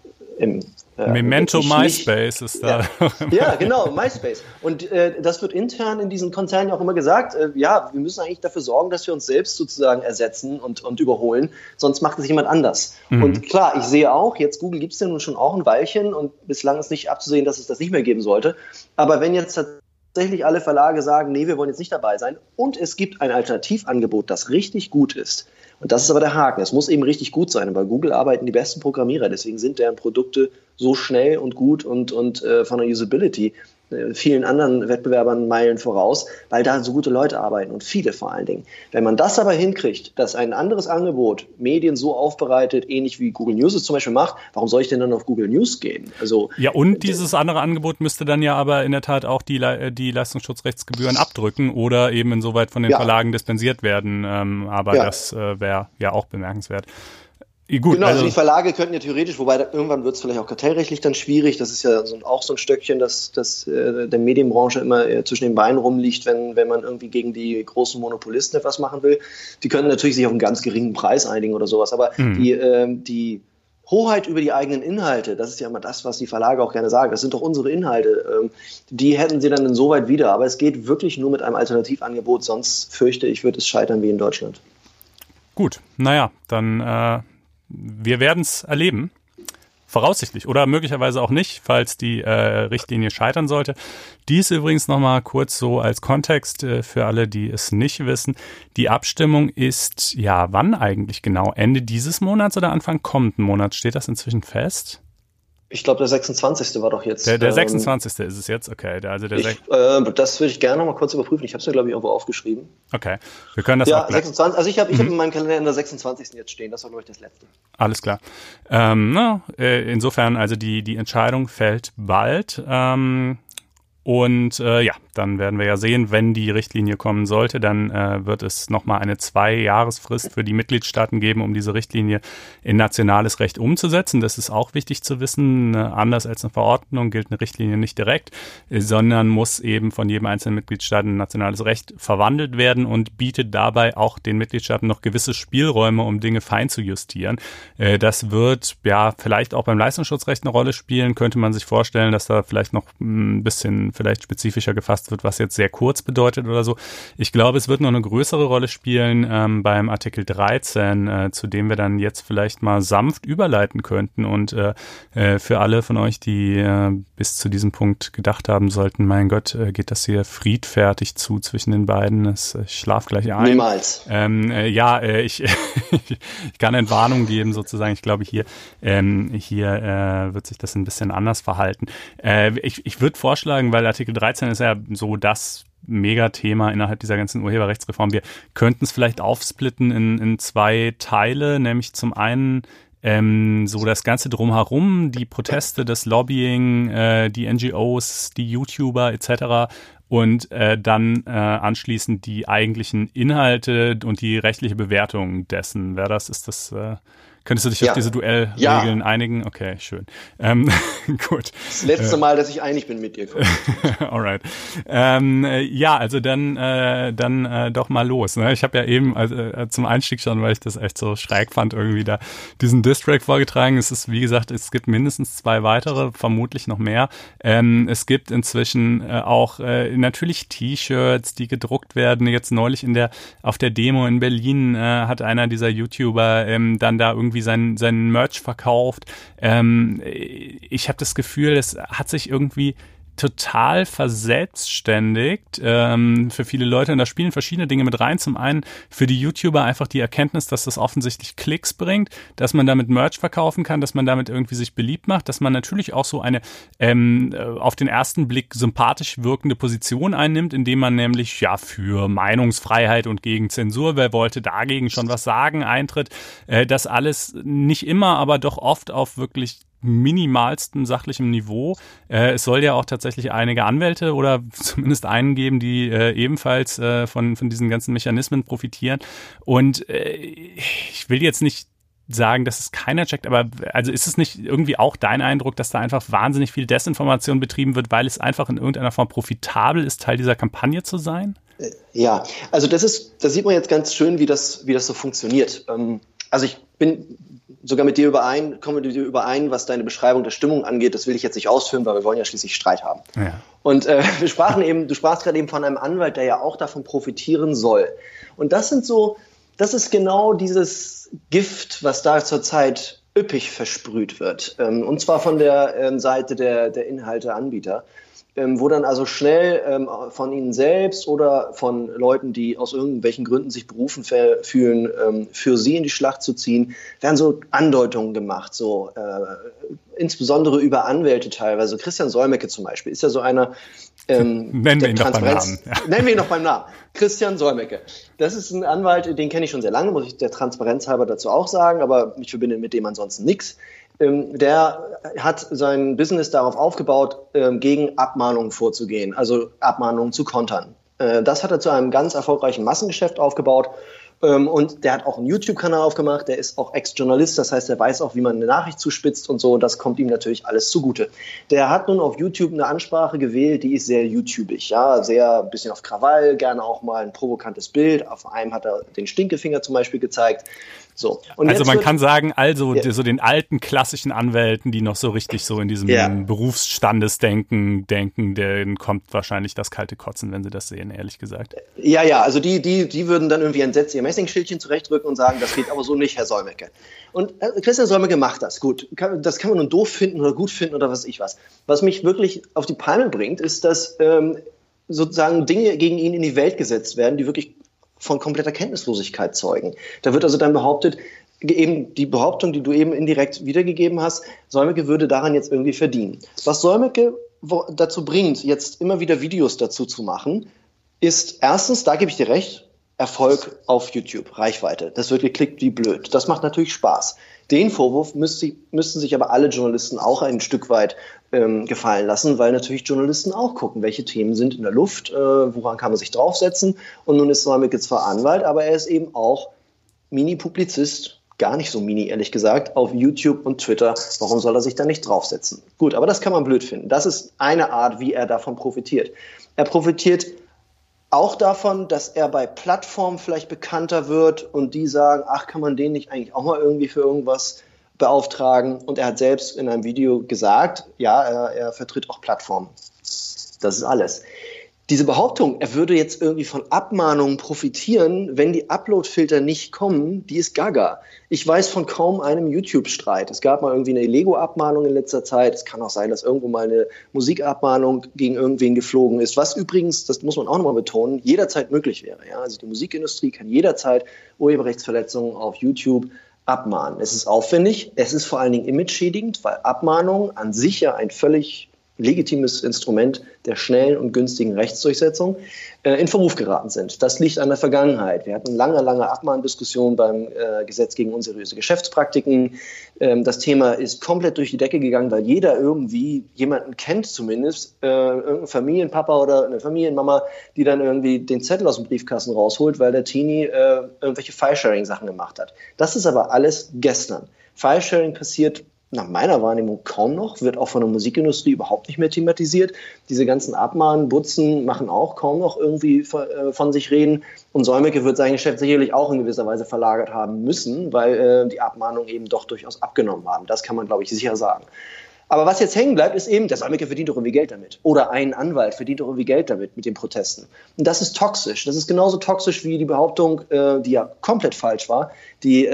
Speaker 3: Memento MySpace ist da.
Speaker 1: Ja, genau, MySpace. Und das wird intern in diesen Konzernen auch immer gesagt, wir müssen eigentlich dafür sorgen, dass wir uns selbst sozusagen ersetzen und überholen, sonst macht es jemand anders. Mhm. Und klar, ich sehe auch, jetzt Google gibt es ja nun schon auch ein Weilchen und bislang ist nicht abzusehen, dass es das nicht mehr geben sollte. Aber wenn jetzt tatsächlich alle Verlage sagen, nee, wir wollen jetzt nicht dabei sein und es gibt ein Alternativangebot, das richtig gut ist, und das ist aber der Haken. Es muss eben richtig gut sein. Und bei Google arbeiten die besten Programmierer. Deswegen sind deren Produkte so schnell und gut und von der Usability vielen anderen Wettbewerbern Meilen voraus, weil da so gute Leute arbeiten und viele vor allen Dingen. Wenn man das aber hinkriegt, dass ein anderes Angebot Medien so aufbereitet, ähnlich wie Google News es zum Beispiel macht, warum soll ich denn dann auf Google News gehen? Also,
Speaker 3: ja, und dieses andere Angebot müsste dann ja aber in der Tat auch die Leistungsschutzrechtsgebühren abdrücken oder eben insoweit von den Verlagen dispensiert werden. Aber das wäre ja auch bemerkenswert. Gut,
Speaker 1: genau, also die Verlage könnten ja theoretisch, wobei irgendwann wird es vielleicht auch kartellrechtlich dann schwierig, das ist ja auch so ein Stöckchen, das der Medienbranche immer zwischen den Beinen rumliegt, wenn man irgendwie gegen die großen Monopolisten etwas machen will. Die können natürlich sich auf einen ganz geringen Preis einigen oder sowas, aber die Hoheit über die eigenen Inhalte, das ist ja immer das, was die Verlage auch gerne sagen, das sind doch unsere Inhalte, die hätten sie dann insoweit wieder, aber es geht wirklich nur mit einem Alternativangebot, sonst fürchte ich, wird es scheitern wie in Deutschland.
Speaker 3: Gut, naja, dann wir werden es erleben, voraussichtlich oder möglicherweise auch nicht, falls die Richtlinie scheitern sollte. Dies übrigens nochmal kurz so als Kontext für alle, die es nicht wissen. Die Abstimmung ist, ja, wann eigentlich genau? Ende dieses Monats oder Anfang kommenden Monats? Steht das inzwischen fest?
Speaker 1: Ich glaube, der 26. war doch jetzt.
Speaker 3: Der 26. ist es jetzt? Okay.
Speaker 1: Das würde ich gerne noch mal kurz überprüfen. Ich habe es mir, glaube ich, irgendwo aufgeschrieben.
Speaker 3: Okay. Wir können das
Speaker 1: auch 26. Also ich habe in meinem Kalender in der 26. jetzt stehen. Das war, glaube ich, das letzte.
Speaker 3: Alles klar. Insofern, also die Entscheidung fällt bald. Und dann werden wir ja sehen, wenn die Richtlinie kommen sollte, dann wird es nochmal eine 2-Jahresfrist für die Mitgliedstaaten geben, um diese Richtlinie in nationales Recht umzusetzen. Das ist auch wichtig zu wissen. Anders als eine Verordnung gilt eine Richtlinie nicht direkt, sondern muss eben von jedem einzelnen Mitgliedstaat in nationales Recht verwandelt werden und bietet dabei auch den Mitgliedstaaten noch gewisse Spielräume, um Dinge fein zu justieren. Das wird vielleicht auch beim Leistungsschutzrecht eine Rolle spielen. Könnte man sich vorstellen, dass da vielleicht noch ein bisschen vielleicht spezifischer gefasst wird, was jetzt sehr kurz bedeutet oder so. Ich glaube, es wird noch eine größere Rolle spielen beim Artikel 13, zu dem wir dann jetzt vielleicht mal sanft überleiten könnten. Und für alle von euch, die bis zu diesem Punkt gedacht haben sollten, mein Gott, geht das hier friedfertig zu zwischen den beiden? Ich schlafe gleich ein.
Speaker 1: Niemals.
Speaker 3: Ich kann Entwarnung geben sozusagen. Ich glaube, hier wird sich das ein bisschen anders verhalten. Ich würde vorschlagen, weil Artikel 13 ist ja so das Megathema innerhalb dieser ganzen Urheberrechtsreform. Wir könnten es vielleicht aufsplitten in 2 Teile, nämlich zum einen so das Ganze drumherum, die Proteste, das Lobbying, die NGOs, die YouTuber etc. und dann anschließend die eigentlichen Inhalte und die rechtliche Bewertung dessen. Könntest du dich auf diese Duellregeln einigen? Okay, schön. Gut.
Speaker 1: Das letzte Mal, dass ich einig bin mit dir.
Speaker 3: Alright. Also dann doch mal los. Ne? Ich habe ja eben zum Einstieg schon, weil ich das echt so schräg fand, irgendwie da diesen Diss-Track vorgetragen. Es ist, wie gesagt, es gibt mindestens 2 weitere, vermutlich noch mehr. Es gibt inzwischen auch natürlich T-Shirts, die gedruckt werden. Jetzt neulich auf der Demo in Berlin hat einer dieser YouTuber dann da irgendwie sein Merch verkauft. Ich habe das Gefühl, es hat sich irgendwie total verselbstständigt für viele Leute und da spielen verschiedene Dinge mit rein. Zum einen für die YouTuber einfach die Erkenntnis, dass das offensichtlich Klicks bringt, dass man damit Merch verkaufen kann, dass man damit irgendwie sich beliebt macht, dass man natürlich auch so eine auf den ersten Blick sympathisch wirkende Position einnimmt, indem man nämlich für Meinungsfreiheit und gegen Zensur, wer wollte dagegen schon was sagen, eintritt. Das alles nicht immer, aber doch oft auf wirklich minimalstem sachlichem Niveau. Es soll ja auch tatsächlich einige Anwälte oder zumindest einen geben, die ebenfalls von diesen ganzen Mechanismen profitieren. Und ich will jetzt nicht sagen, dass es keiner checkt, aber also ist es nicht irgendwie auch dein Eindruck, dass da einfach wahnsinnig viel Desinformation betrieben wird, weil es einfach in irgendeiner Form profitabel ist, Teil dieser Kampagne zu sein?
Speaker 1: Ja, also das sieht man jetzt ganz schön, wie das so funktioniert. Also ich komme mit dir überein, was deine Beschreibung der Stimmung angeht. Das will ich jetzt nicht ausführen, weil wir wollen ja schließlich Streit haben. Ja. Und du sprachst gerade eben von einem Anwalt, der ja auch davon profitieren soll. Und das ist genau dieses Gift, was da zurzeit üppig versprüht wird. Und zwar von der Seite der Inhalteanbieter. Wo dann also schnell von ihnen selbst oder von Leuten, die aus irgendwelchen Gründen sich berufen fühlen, für sie in die Schlacht zu ziehen, werden so Andeutungen gemacht, so insbesondere über Anwälte teilweise. Christian Solmecke zum Beispiel ist ja so einer,
Speaker 3: nennen wir ihn doch beim Namen. Ja.
Speaker 1: Nennen wir ihn doch beim Namen. Christian Solmecke. Das ist ein Anwalt, den kenne ich schon sehr lange, muss ich der Transparenz halber dazu auch sagen, aber ich verbinde mit dem ansonsten nichts. Der hat sein Business darauf aufgebaut, gegen Abmahnungen vorzugehen, also Abmahnungen zu kontern. Das hat er zu einem ganz erfolgreichen Massengeschäft aufgebaut. Und der hat auch einen YouTube-Kanal aufgemacht, der ist auch Ex-Journalist, das heißt, er weiß auch, wie man eine Nachricht zuspitzt und so, und das kommt ihm natürlich alles zugute. Der hat nun auf YouTube eine Ansprache gewählt, die ist sehr YouTubig, ja, sehr ein bisschen auf Krawall, gerne auch mal ein provokantes Bild, auf einem hat er den Stinkefinger zum Beispiel gezeigt. So. Und
Speaker 3: also man kann sagen, so den alten klassischen Anwälten, die noch so richtig so in diesem Berufsstandesdenken denken, denen kommt wahrscheinlich das kalte Kotzen, wenn sie das sehen, ehrlich gesagt.
Speaker 1: Ja, also die würden dann irgendwie entsetzt ihr Messingschildchen zurechtdrücken und sagen, das geht aber so nicht, Herr Solmecke. Und Christian Solmecke macht das, gut. Das kann man nun doof finden oder gut finden oder was ich was. Was mich wirklich auf die Palme bringt, ist, dass sozusagen Dinge gegen ihn in die Welt gesetzt werden, die wirklich von kompletter Kenntnislosigkeit zeugen. Da wird also dann behauptet, eben die Behauptung, die du eben indirekt wiedergegeben hast, Solmecke würde daran jetzt irgendwie verdienen. Was Solmecke dazu bringt, jetzt immer wieder Videos dazu zu machen, ist erstens, da gebe ich dir recht, Erfolg auf YouTube, Reichweite. Das wird geklickt wie blöd. Das macht natürlich Spaß. Den Vorwurf müssten sich aber alle Journalisten auch ein Stück weit gefallen lassen, weil natürlich Journalisten auch gucken, welche Themen sind in der Luft, woran kann man sich draufsetzen. Und nun ist Solmecke zwar Anwalt, aber er ist eben auch Mini-Publizist, gar nicht so mini, ehrlich gesagt, auf YouTube und Twitter. Warum soll er sich da nicht draufsetzen? Gut, aber das kann man blöd finden. Das ist eine Art, wie er davon profitiert. Er profitiert auch davon, dass er bei Plattformen vielleicht bekannter wird und die sagen, ach, kann man den nicht eigentlich auch mal irgendwie für irgendwas beauftragen? Und er hat selbst in einem Video gesagt, ja, er vertritt auch Plattformen. Das ist alles. Diese Behauptung, er würde jetzt irgendwie von Abmahnungen profitieren, wenn die Upload-Filter nicht kommen, die ist gaga. Ich weiß von kaum einem YouTube-Streit. Es gab mal irgendwie eine Lego-Abmahnung in letzter Zeit. Es kann auch sein, dass irgendwo mal eine Musikabmahnung gegen irgendwen geflogen ist. Was übrigens, das muss man auch nochmal betonen, jederzeit möglich wäre. Ja? Also die Musikindustrie kann jederzeit Urheberrechtsverletzungen auf YouTube abmahnen. Es ist aufwendig, es ist vor allen Dingen imageschädigend, weil Abmahnungen an sich ja ein völlig legitimes Instrument der schnellen und günstigen Rechtsdurchsetzung in Verruf geraten sind. Das liegt an der Vergangenheit. Wir hatten lange Abmahndiskussionen beim Gesetz gegen unseriöse Geschäftspraktiken. Das Thema ist komplett durch die Decke gegangen, weil jeder irgendwie jemanden kennt zumindest, irgendeinen Familienpapa oder eine Familienmama, die dann irgendwie den Zettel aus dem Briefkasten rausholt, weil der Teenie irgendwelche File-Sharing-Sachen gemacht hat. Das ist aber alles gestern. File-Sharing passiert nach meiner Wahrnehmung kaum noch, wird auch von der Musikindustrie überhaupt nicht mehr thematisiert. Diese ganzen Abmahnen, Butzen machen auch kaum noch irgendwie von sich reden. Und Solmecke wird sein Geschäft sicherlich auch in gewisser Weise verlagert haben müssen, weil die Abmahnungen eben doch durchaus abgenommen haben. Das kann man, glaube ich, sicher sagen. Aber was jetzt hängen bleibt, ist eben, der Solmecke verdient doch irgendwie Geld damit. Oder ein Anwalt verdient doch irgendwie Geld damit, mit den Protesten. Und das ist toxisch. Das ist genauso toxisch wie die Behauptung, die ja komplett falsch war, die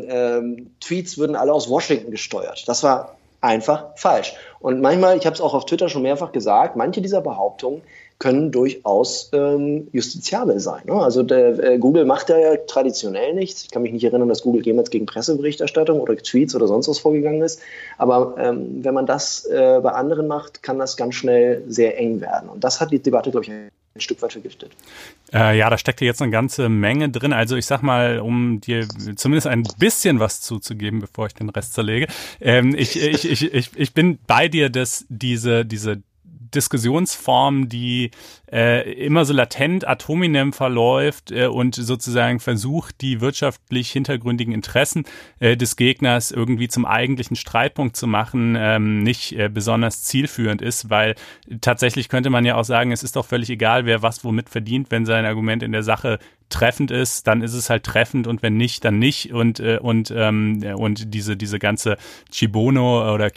Speaker 1: Tweets würden alle aus Washington gesteuert. Das war einfach falsch. Und manchmal, ich habe es auch auf Twitter schon mehrfach gesagt, manche dieser Behauptungen können durchaus justiziabel sein. Ne? Also Google macht ja traditionell nichts. Ich kann mich nicht erinnern, dass Google jemals gegen Presseberichterstattung oder Tweets oder sonst was vorgegangen ist. Aber wenn man das bei anderen macht, kann das ganz schnell sehr eng werden. Und das hat die Debatte, glaube ich, ein Stück weit vergiftet.
Speaker 3: Ja, da steckt jetzt eine ganze Menge drin. Also ich sag mal, um dir zumindest ein bisschen was zuzugeben, bevor ich den Rest zerlege. Ich bin bei dir, dass diese Diskussionsform, die immer so latent ad hominem verläuft und sozusagen versucht, die wirtschaftlich hintergründigen Interessen des Gegners irgendwie zum eigentlichen Streitpunkt zu machen, nicht besonders zielführend ist, weil tatsächlich könnte man ja auch sagen, es ist doch völlig egal, wer was womit verdient, wenn sein Argument in der Sache treffend ist, dann ist es halt treffend und wenn nicht, dann nicht und diese ganze Chibono oder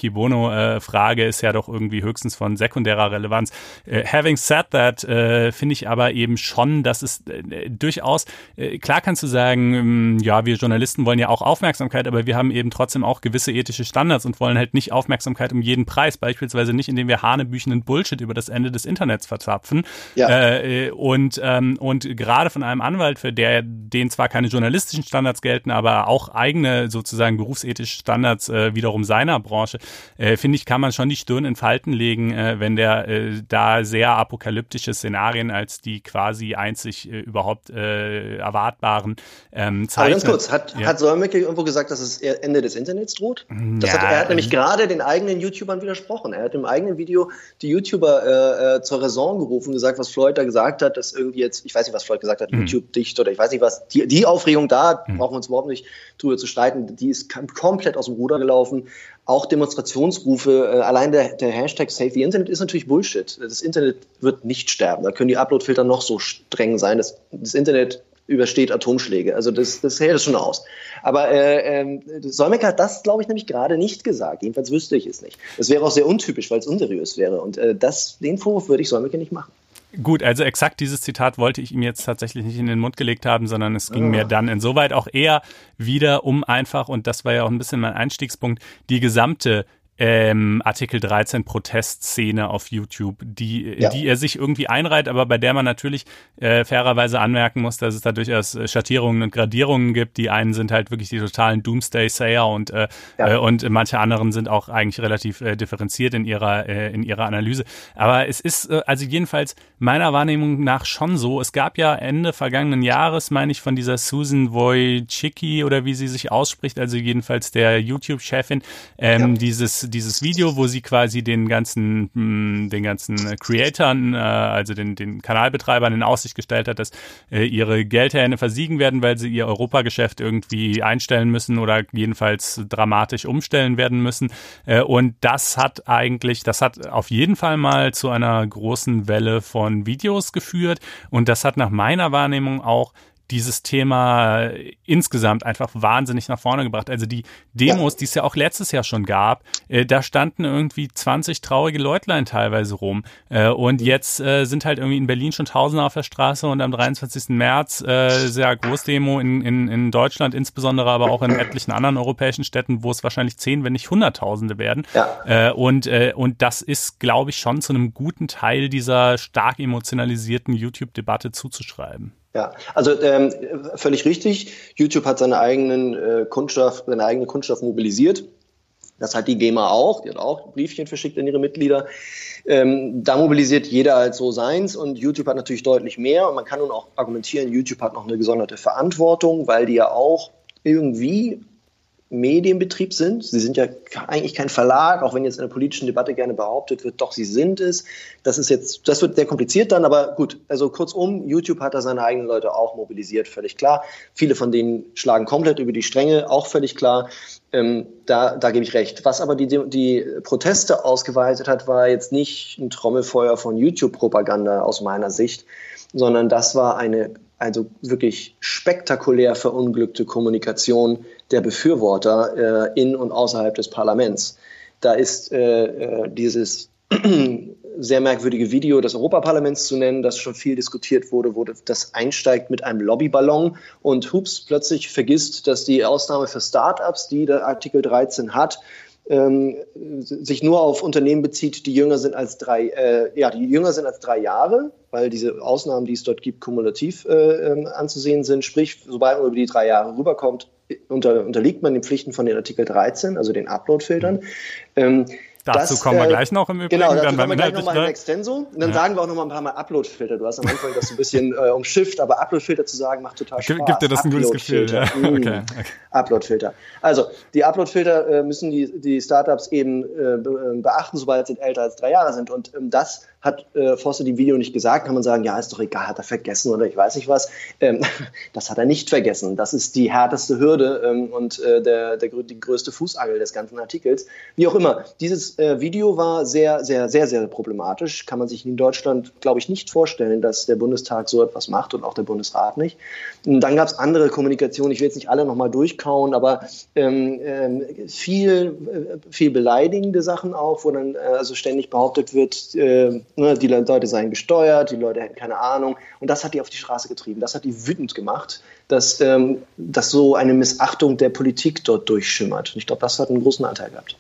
Speaker 3: Kibono Frage ist ja doch irgendwie höchstens von sekundärer Relevanz. Having said that, finde ich aber eben schon, dass es durchaus, klar kannst du sagen, ja, wir Journalisten wollen ja auch Aufmerksamkeit, aber wir haben eben trotzdem auch gewisse ethische Standards und wollen halt nicht Aufmerksamkeit um jeden Preis, beispielsweise nicht, indem wir hanebüchenden Bullshit über das Ende des Internets verzapfen. Ja. Und gerade von einem Anwalt, für den zwar keine journalistischen Standards gelten, aber auch eigene sozusagen berufsethische Standards wiederum seiner Branche, finde ich, kann man schon die Stirn in Falten legen, wenn der da sehr apokalyptische Szenarien als die quasi einzig überhaupt erwartbaren zeichnet.
Speaker 1: Aber ganz kurz, hat Solmecke irgendwo gesagt, dass es Ende des Internets droht? Er hat nämlich gerade den eigenen YouTubern widersprochen. Er hat im eigenen Video die YouTuber zur Raison gerufen, gesagt, was Floyd da gesagt hat, dass irgendwie jetzt, ich weiß nicht, was Floyd gesagt hat, YouTube dicht oder ich weiß nicht was, die Aufregung da, brauchen wir uns überhaupt nicht drüber zu streiten, die ist komplett aus dem Ruder gelaufen. Auch Demonstrationsrufe, allein der Hashtag Save the Internet ist natürlich Bullshit. Das Internet wird nicht sterben. Da können die Uploadfilter noch so streng sein. Das Internet übersteht Atomschläge. Also das hält es schon aus. Aber Solmecke hat das, glaube ich, nämlich gerade nicht gesagt. Jedenfalls wüsste ich es nicht. Das wäre auch sehr untypisch, weil es unseriös wäre. Und den Vorwurf würde ich Solmecke nicht machen.
Speaker 3: Gut, also exakt dieses Zitat wollte ich ihm jetzt tatsächlich nicht in den Mund gelegt haben, sondern es ging mir dann insoweit auch eher wieder um einfach, und das war ja auch ein bisschen mein Einstiegspunkt, die gesamte Artikel 13 Protestszene auf YouTube, die er sich irgendwie einreiht, aber bei der man natürlich fairerweise anmerken muss, dass es da durchaus Schattierungen und Gradierungen gibt. Die einen sind halt wirklich die totalen Doomsday-Sayer und manche anderen sind auch eigentlich relativ differenziert in ihrer Analyse. Aber es ist also jedenfalls meiner Wahrnehmung nach schon so. Es gab ja Ende vergangenen Jahres, meine ich, von dieser Susan Wojcicki oder wie sie sich ausspricht, also jedenfalls der YouTube-Chefin, dieses Video, wo sie quasi den ganzen Creatoren, also den Kanalbetreibern in Aussicht gestellt hat, dass ihre Geldhähne versiegen werden, weil sie ihr Europageschäft irgendwie einstellen müssen oder jedenfalls dramatisch umstellen werden müssen. Und das hat auf jeden Fall mal zu einer großen Welle von Videos geführt und das hat nach meiner Wahrnehmung auch dieses Thema insgesamt einfach wahnsinnig nach vorne gebracht. Also die Demos, die es ja auch letztes Jahr schon gab, da standen irgendwie 20 traurige Leutlein teilweise rum. Und jetzt sind halt irgendwie in Berlin schon Tausende auf der Straße und am 23. März sehr Großdemo in Deutschland insbesondere, aber auch in etlichen anderen europäischen Städten, wo es wahrscheinlich 10, wenn nicht Hunderttausende werden. Ja. Und das ist, glaube ich, schon zu einem guten Teil dieser stark emotionalisierten YouTube-Debatte zuzuschreiben.
Speaker 1: Ja, also völlig richtig. YouTube hat seine eigene Kundschaft mobilisiert. Das hat die GEMA auch. Die hat auch Briefchen verschickt an ihre Mitglieder. Da mobilisiert jeder halt so seins und YouTube hat natürlich deutlich mehr. Und man kann nun auch argumentieren, YouTube hat noch eine gesonderte Verantwortung, weil die ja auch irgendwie Medienbetrieb sind. Sie sind ja eigentlich kein Verlag, auch wenn jetzt in der politischen Debatte gerne behauptet wird, doch, sie sind es. Das wird sehr kompliziert dann, aber gut, also kurzum, YouTube hat da seine eigenen Leute auch mobilisiert, völlig klar. Viele von denen schlagen komplett über die Stränge, auch völlig klar. Da gebe ich recht. Was aber die Proteste ausgeweitet hat, war jetzt nicht ein Trommelfeuer von YouTube-Propaganda aus meiner Sicht, sondern das war eine wirklich spektakulär verunglückte Kommunikation der Befürworter in und außerhalb des Parlaments. Da ist dieses sehr merkwürdige Video des Europaparlaments zu nennen, das schon viel diskutiert wurde, wo das einsteigt mit einem Lobbyballon und plötzlich vergisst, dass die Ausnahme für Startups, die der Artikel 13 hat, sich nur auf Unternehmen bezieht, die jünger sind als 3 Jahre, weil diese Ausnahmen, die es dort gibt, kumulativ anzusehen sind. Sprich, sobald man über die 3 Jahre rüberkommt, unterliegt man den Pflichten von den Artikel 13, also den Upload-Filtern.
Speaker 3: Dazu kommen wir gleich noch im Übrigen.
Speaker 1: Genau, dazu kommen wir gleich nochmal in Extenso. Und dann sagen wir auch nochmal ein paar Mal Upload-Filter. Du hast am Anfang das so ein bisschen umschifft, aber Upload-Filter zu sagen, macht total Spaß.
Speaker 3: Gibt dir das ein gutes Gefühl? Ja. Okay.
Speaker 1: Upload-Filter. Also, die Upload-Filter müssen die Startups eben beachten, sobald sie älter als 3 Jahre sind. Und das hat Vosse im Video nicht gesagt. Kann man sagen, ja, ist doch egal, hat er vergessen oder ich weiß nicht was. Das hat er nicht vergessen. Das ist die härteste Hürde und die größte Fußangel des ganzen Artikels. Wie auch immer, dieses Video war sehr, sehr, sehr, sehr problematisch. Kann man sich in Deutschland, glaube ich, nicht vorstellen, dass der Bundestag so etwas macht und auch der Bundesrat nicht. Und dann gab es andere Kommunikation. Ich will jetzt nicht alle nochmal durchkauen, aber viel beleidigende Sachen auch, wo dann also ständig behauptet wird, die Leute seien gesteuert, die Leute hätten keine Ahnung. Und das hat die auf die Straße getrieben. Das hat die wütend gemacht, dass so eine Missachtung der Politik dort durchschimmert. Und ich glaube, das hat einen großen Anteil gehabt.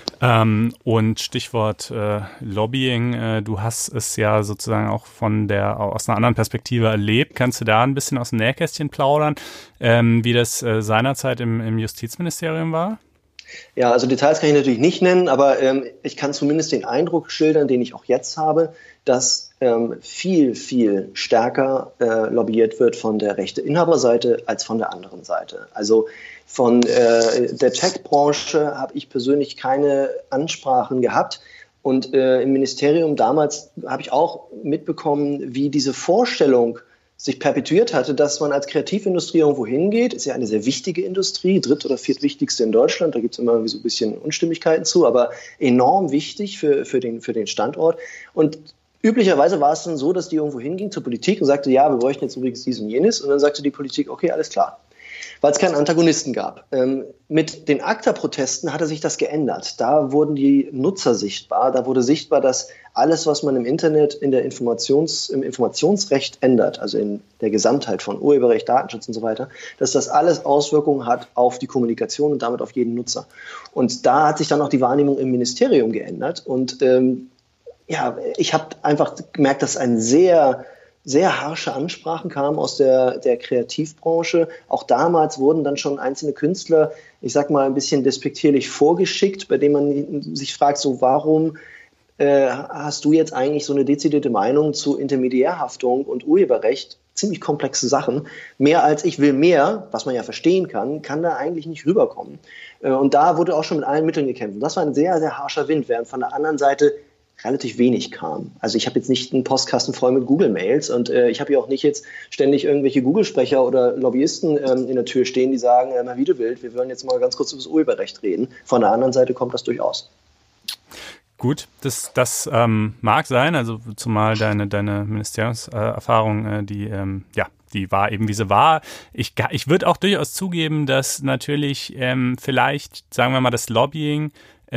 Speaker 3: Und Stichwort Lobbying, du hast es ja sozusagen auch aus einer anderen Perspektive erlebt. Kannst du da ein bisschen aus dem Nähkästchen plaudern, wie das seinerzeit im Justizministerium war?
Speaker 1: Ja, also Details kann ich natürlich nicht nennen, aber ich kann zumindest den Eindruck schildern, den ich auch jetzt habe, dass viel, viel stärker lobbyiert wird von der Rechteinhaberseite als von der anderen Seite. Also von der Tech-Branche habe ich persönlich keine Ansprachen gehabt. Und im Ministerium damals habe ich auch mitbekommen, wie diese Vorstellung sich perpetuiert hatte, dass man als Kreativindustrie irgendwo hingeht. Ist ja eine sehr wichtige Industrie, dritt- oder viertwichtigste in Deutschland. Da gibt es immer irgendwie so ein bisschen Unstimmigkeiten zu, aber enorm wichtig für den Standort. Und üblicherweise war es dann so, dass die irgendwo hinging zur Politik und sagte, ja, wir bräuchten jetzt übrigens dies und jenes. Und dann sagte die Politik, okay, alles klar. Weil es keinen Antagonisten gab. Mit den ACTA-Protesten hatte sich das geändert. Da wurden die Nutzer sichtbar. Da wurde sichtbar, dass alles, was man im Internet im Informationsrecht ändert, also in der Gesamtheit von Urheberrecht, Datenschutz und so weiter, dass das alles Auswirkungen hat auf die Kommunikation und damit auf jeden Nutzer. Und da hat sich dann auch die Wahrnehmung im Ministerium geändert. Und ich habe einfach gemerkt, dass ein sehr harsche Ansprachen kamen aus der Kreativbranche. Auch damals wurden dann schon einzelne Künstler, ich sag mal, ein bisschen despektierlich vorgeschickt, bei denen man sich fragt, so warum hast du jetzt eigentlich so eine dezidierte Meinung zu Intermediärhaftung und Urheberrecht? Ziemlich komplexe Sachen. Mehr als ich will mehr, was man ja verstehen kann da eigentlich nicht rüberkommen. Und da wurde auch schon mit allen Mitteln gekämpft. Und das war ein sehr, sehr harscher Wind, während von der anderen Seite relativ wenig kam. Also ich habe jetzt nicht einen Postkasten voll mit Google-Mails und ich habe ja auch nicht jetzt ständig irgendwelche Google-Sprecher oder Lobbyisten in der Tür stehen, die sagen, mal wie du willst, wir wollen jetzt mal ganz kurz über das Urheberrecht reden. Von der anderen Seite kommt das durchaus.
Speaker 3: Gut, das mag sein, also zumal deine Ministeriumserfahrung, die war eben, wie sie war. Ich würde auch durchaus zugeben, dass natürlich vielleicht, sagen wir mal, das Lobbying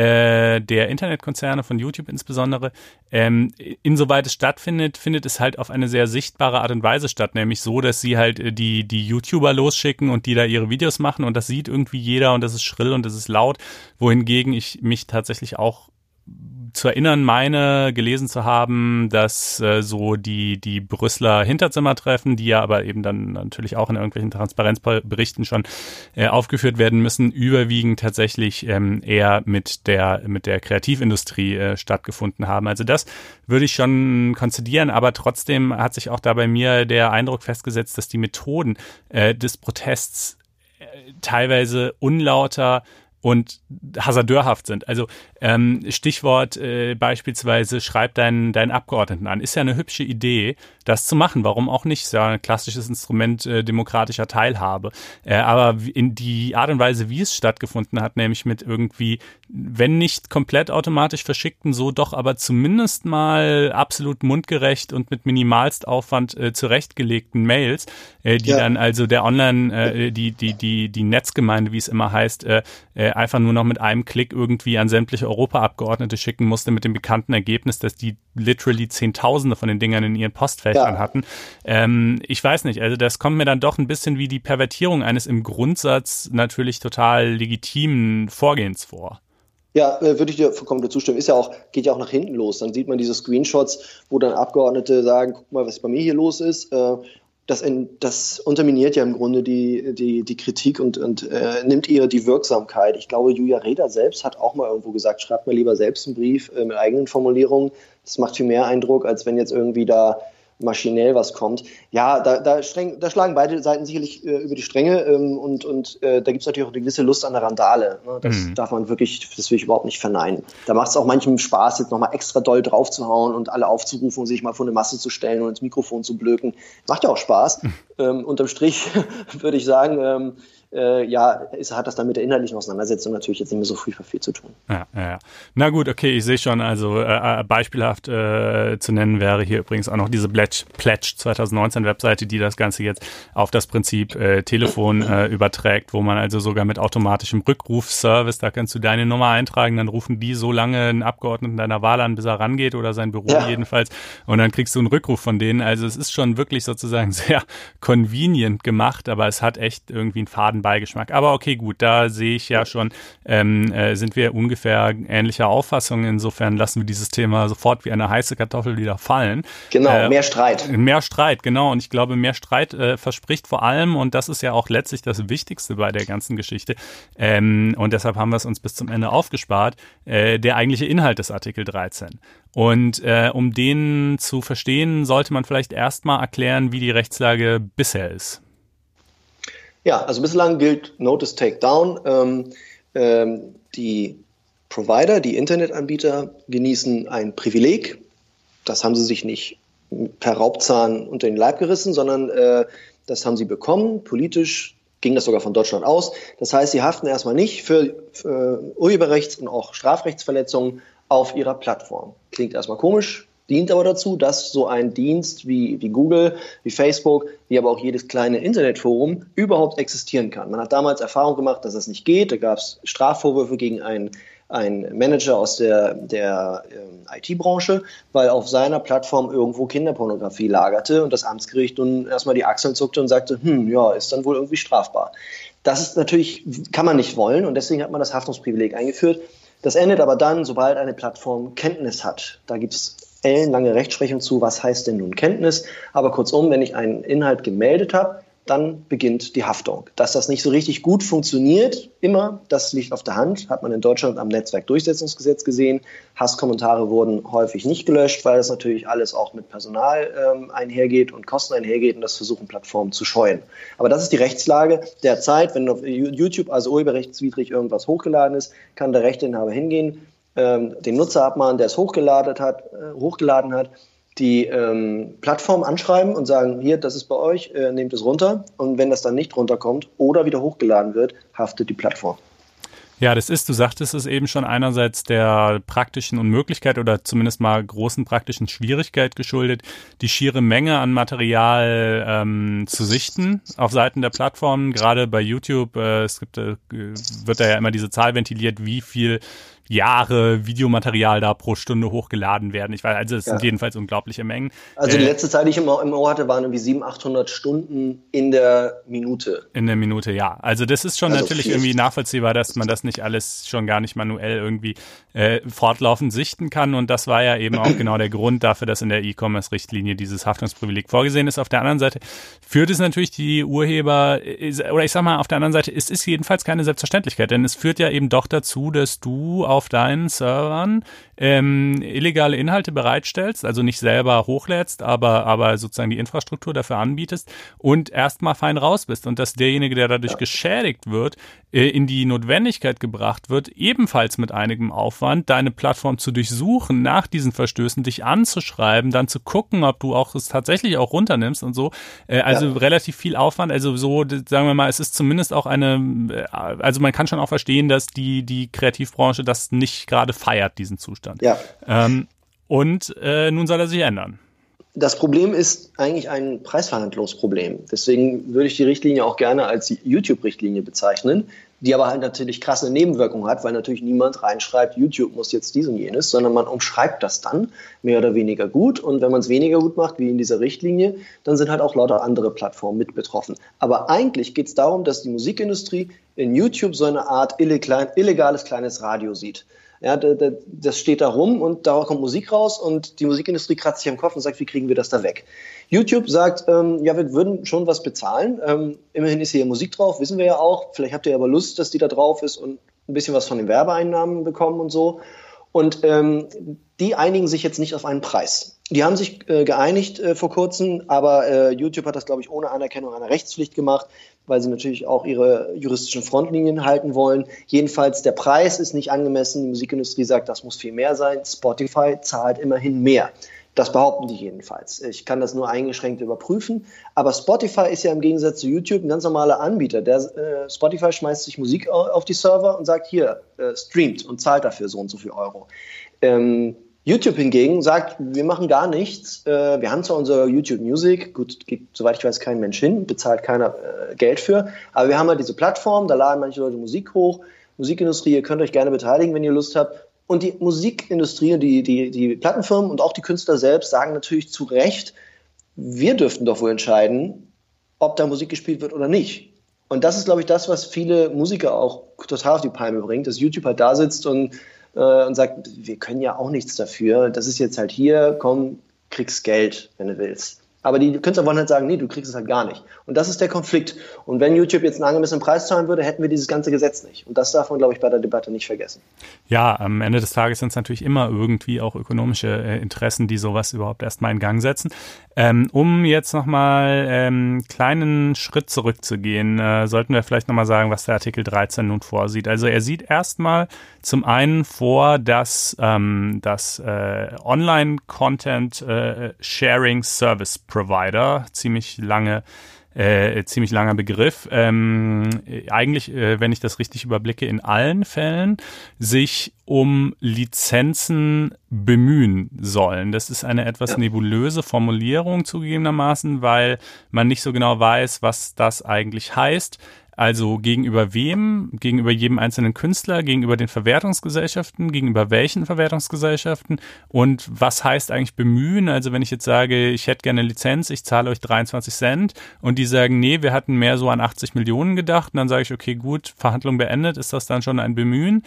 Speaker 3: der Internetkonzerne von YouTube insbesondere, insoweit es stattfindet, findet es halt auf eine sehr sichtbare Art und Weise statt, nämlich so, dass sie halt die YouTuber losschicken und die da ihre Videos machen und das sieht irgendwie jeder und das ist schrill und das ist laut, wohingegen ich mich tatsächlich auch zu erinnern meine, gelesen zu haben, dass so die Brüsseler Hinterzimmertreffen, die ja aber eben dann natürlich auch in irgendwelchen Transparenzberichten schon aufgeführt werden müssen, überwiegend tatsächlich eher mit der Kreativindustrie stattgefunden haben. Also das würde ich schon konzidieren, aber trotzdem hat sich auch da bei mir der Eindruck festgesetzt, dass die Methoden des Protests teilweise unlauter und hasardeurhaft sind. Also Stichwort beispielsweise schreib deinen Abgeordneten an. Ist ja eine hübsche Idee, das zu machen. Warum auch nicht? Ist ja ein klassisches Instrument demokratischer Teilhabe. Aber in die Art und Weise, wie es stattgefunden hat, nämlich mit irgendwie, wenn nicht komplett automatisch verschickten, so doch aber zumindest mal absolut mundgerecht und mit Minimalstaufwand zurechtgelegten Mails, die dann also der Online, die Netzgemeinde, wie es immer heißt, einfach nur noch mit einem Klick irgendwie an sämtliche Europaabgeordnete schicken musste, mit dem bekannten Ergebnis, dass die literally Zehntausende von den Dingern in ihren Postfächern hatten. Ich weiß nicht, also das kommt mir dann doch ein bisschen wie die Pervertierung eines im Grundsatz natürlich total legitimen Vorgehens vor.
Speaker 1: Ja, würde ich dir vollkommen zustimmen. Geht ja auch nach hinten los. Dann sieht man diese Screenshots, wo dann Abgeordnete sagen, guck mal, was bei mir hier los ist. das unterminiert ja im Grunde die Kritik und nimmt ihr die Wirksamkeit. Ich glaube, Julia Reda selbst hat auch mal irgendwo gesagt, schreibt mir lieber selbst einen Brief mit eigenen Formulierungen. Das macht viel mehr Eindruck, als wenn jetzt irgendwie da maschinell was kommt. Ja, da schlagen beide Seiten sicherlich über die Stränge und da gibt es natürlich auch eine gewisse Lust an der Randale. Ne? Das will ich überhaupt nicht verneinen. Da macht es auch manchem Spaß, jetzt nochmal extra doll draufzuhauen und alle aufzurufen und sich mal vor eine Masse zu stellen und ins Mikrofon zu blöken. Macht ja auch Spaß. Unterm Strich würde ich sagen, hat das dann mit der inhaltlichen Auseinandersetzung natürlich jetzt nicht mehr so furchtbar viel zu tun.
Speaker 3: Ja. Na gut, okay, ich sehe schon, also beispielhaft zu nennen wäre hier übrigens auch noch diese Pledge 2019 Webseite, die das Ganze jetzt auf das Prinzip Telefon überträgt, wo man also sogar mit automatischem Rückrufservice, da kannst du deine Nummer eintragen, dann rufen die so lange einen Abgeordneten deiner Wahl an, bis er rangeht oder sein Büro jedenfalls und dann kriegst du einen Rückruf von denen. Also es ist schon wirklich sozusagen sehr convenient gemacht, aber es hat echt irgendwie einen faden Beigeschmack. Aber okay, gut, da sehe ich ja schon, sind wir ungefähr ähnlicher Auffassung. Insofern lassen wir dieses Thema sofort wie eine heiße Kartoffel wieder fallen.
Speaker 1: Genau, mehr Streit.
Speaker 3: Mehr Streit, genau. Und ich glaube, mehr Streit verspricht vor allem, und das ist ja auch letztlich das Wichtigste bei der ganzen Geschichte, und deshalb haben wir es uns bis zum Ende aufgespart, der eigentliche Inhalt des Artikel 13. Und um den zu verstehen, sollte man vielleicht erstmal erklären, wie die Rechtslage bisher ist.
Speaker 1: Ja, also bislang gilt Notice Takedown. Die Provider, die Internetanbieter genießen ein Privileg. Das haben sie sich nicht per Raubzahn unter den Leib gerissen, sondern das haben sie bekommen. Politisch ging das sogar von Deutschland aus. Das heißt, sie haften erstmal nicht für Urheberrechts- und auch Strafrechtsverletzungen auf ihrer Plattform. Klingt erstmal komisch, dient aber dazu, dass so ein Dienst wie Google, wie Facebook, wie aber auch jedes kleine Internetforum überhaupt existieren kann. Man hat damals Erfahrung gemacht, dass das nicht geht. Da gab es Strafvorwürfe gegen einen Manager aus der IT-Branche, weil auf seiner Plattform irgendwo Kinderpornografie lagerte und das Amtsgericht nun erstmal die Achseln zuckte und sagte, ist dann wohl irgendwie strafbar. Das ist natürlich, kann man nicht wollen und deswegen hat man das Haftungsprivileg eingeführt. Das endet aber dann, sobald eine Plattform Kenntnis hat. Da gibt es ellenlange Rechtsprechung zu, was heißt denn nun Kenntnis. Aber kurzum, wenn ich einen Inhalt gemeldet habe, dann beginnt die Haftung. Dass das nicht so richtig gut funktioniert, immer, das liegt auf der Hand, hat man in Deutschland am Netzwerkdurchsetzungsgesetz gesehen. Hasskommentare wurden häufig nicht gelöscht, weil das natürlich alles auch mit Personal einhergeht und Kosten einhergeht und das versuchen Plattformen zu scheuen. Aber das ist die Rechtslage derzeit. Wenn auf YouTube also urheberrechtswidrig irgendwas hochgeladen ist, kann der Rechteinhaber hingehen, den Nutzer abmahnen, der es hochgeladen hat, die Plattform anschreiben und sagen, hier, das ist bei euch, nehmt es runter. Und wenn das dann nicht runterkommt oder wieder hochgeladen wird, haftet die Plattform.
Speaker 3: Ja, du sagtest es eben schon, einerseits der praktischen Unmöglichkeit oder zumindest mal großen praktischen Schwierigkeit geschuldet, die schiere Menge an Material zu sichten auf Seiten der Plattformen. Gerade bei YouTube, wird da ja immer diese Zahl ventiliert, wie viel Jahre Videomaterial da pro Stunde hochgeladen werden. Ich weiß, also es sind jedenfalls unglaubliche Mengen.
Speaker 1: Also die letzte Zahl, die ich im Ohr hatte, waren irgendwie 700-800 Stunden in der Minute.
Speaker 3: In der Minute, ja. Also das ist schon natürlich irgendwie nachvollziehbar, dass man das nicht alles schon gar nicht manuell irgendwie fortlaufend sichten kann. Und das war ja eben auch genau der Grund dafür, dass in der E-Commerce-Richtlinie dieses Haftungsprivileg vorgesehen ist. Auf der anderen Seite führt es natürlich die Urheber, oder ich sag mal, auf der anderen Seite, es ist jedenfalls keine Selbstverständlichkeit, denn es führt ja eben doch dazu, dass du auf deinen Servern illegale Inhalte bereitstellst, also nicht selber hochlädst, aber sozusagen die Infrastruktur dafür anbietest und erstmal fein raus bist und dass derjenige, der dadurch geschädigt wird, in die Notwendigkeit gebracht wird, ebenfalls mit einigem Aufwand deine Plattform zu durchsuchen, nach diesen Verstößen dich anzuschreiben, dann zu gucken, ob du es tatsächlich auch runternimmst und so. Relativ viel Aufwand, also so, sagen wir mal, es ist zumindest auch also man kann schon auch verstehen, dass die Kreativbranche das nicht gerade feiert, diesen Zustand.
Speaker 1: Ja.
Speaker 3: Nun soll er sich ändern.
Speaker 1: Das Problem ist eigentlich ein Preisverhandlungsproblem. Deswegen würde ich die Richtlinie auch gerne als YouTube-Richtlinie bezeichnen, die aber halt natürlich krasse Nebenwirkungen hat, weil natürlich niemand reinschreibt, YouTube muss jetzt dies und jenes, sondern man umschreibt das dann mehr oder weniger gut. Und wenn man es weniger gut macht, wie in dieser Richtlinie, dann sind halt auch lauter andere Plattformen mit betroffen. Aber eigentlich geht es darum, dass die Musikindustrie in YouTube so eine Art illegales kleines Radio sieht. Ja, das steht da rum und da kommt Musik raus und die Musikindustrie kratzt sich am Kopf und sagt, wie kriegen wir das da weg? YouTube sagt, ja, wir würden schon was bezahlen. Immerhin ist hier Musik drauf, wissen wir ja auch. Vielleicht habt ihr aber Lust, dass die da drauf ist und ein bisschen was von den Werbeeinnahmen bekommen und so. Und die einigen sich jetzt nicht auf einen Preis. Die haben sich geeinigt vor kurzem, aber YouTube hat das, glaube ich, ohne Anerkennung einer Rechtspflicht gemacht, weil sie natürlich auch ihre juristischen Frontlinien halten wollen. Jedenfalls, der Preis ist nicht angemessen. Die Musikindustrie sagt, das muss viel mehr sein. Spotify zahlt immerhin mehr. Das behaupten die jedenfalls. Ich kann das nur eingeschränkt überprüfen. Aber Spotify ist ja im Gegensatz zu YouTube ein ganz normaler Anbieter. Spotify schmeißt sich Musik auf die Server und sagt, hier, streamt und zahlt dafür so und so viel Euro. YouTube hingegen sagt, wir machen gar nichts. Wir haben zwar unser YouTube Music, gut, geht, soweit ich weiß, kein Mensch hin, bezahlt keiner Geld für, aber wir haben halt diese Plattform, da laden manche Leute Musik hoch. Musikindustrie, ihr könnt euch gerne beteiligen, wenn ihr Lust habt. Und die Musikindustrie, die Plattenfirmen und auch die Künstler selbst sagen natürlich zu Recht, wir dürften doch wohl entscheiden, ob da Musik gespielt wird oder nicht. Und das ist, glaube ich, das, was viele Musiker auch total auf die Palme bringt, dass YouTube halt da sitzt und sagt, wir können ja auch nichts dafür. Das ist jetzt halt hier, komm, kriegst Geld, wenn du willst. Aber die Künstler wollen halt sagen, nee, du kriegst es halt gar nicht. Und das ist der Konflikt. Und wenn YouTube jetzt einen angemessenen Preis zahlen würde, hätten wir dieses ganze Gesetz nicht. Und das darf man, glaube ich, bei der Debatte nicht vergessen.
Speaker 3: Ja, am Ende des Tages sind es natürlich immer irgendwie auch ökonomische Interessen, die sowas überhaupt erstmal in Gang setzen. Um jetzt nochmal einen kleinen Schritt zurückzugehen, sollten wir vielleicht nochmal sagen, was der Artikel 13 nun vorsieht. Also er sieht erstmal zum einen vor, dass das Online-Content Sharing Service Provider, ziemlich langer Begriff, eigentlich, wenn ich das richtig überblicke, in allen Fällen sich um Lizenzen bemühen sollen. Das ist eine etwas nebulöse Formulierung zugegebenermaßen, weil man nicht so genau weiß, was das eigentlich heißt. Also gegenüber wem? Gegenüber jedem einzelnen Künstler, gegenüber den Verwertungsgesellschaften, gegenüber welchen Verwertungsgesellschaften? Und was heißt eigentlich bemühen? Also wenn ich jetzt sage, ich hätte gerne eine Lizenz, ich zahle euch 23 Cent und die sagen, nee, wir hatten mehr so an 80 Millionen gedacht und dann sage ich, okay, gut, Verhandlung beendet, ist das dann schon ein Bemühen?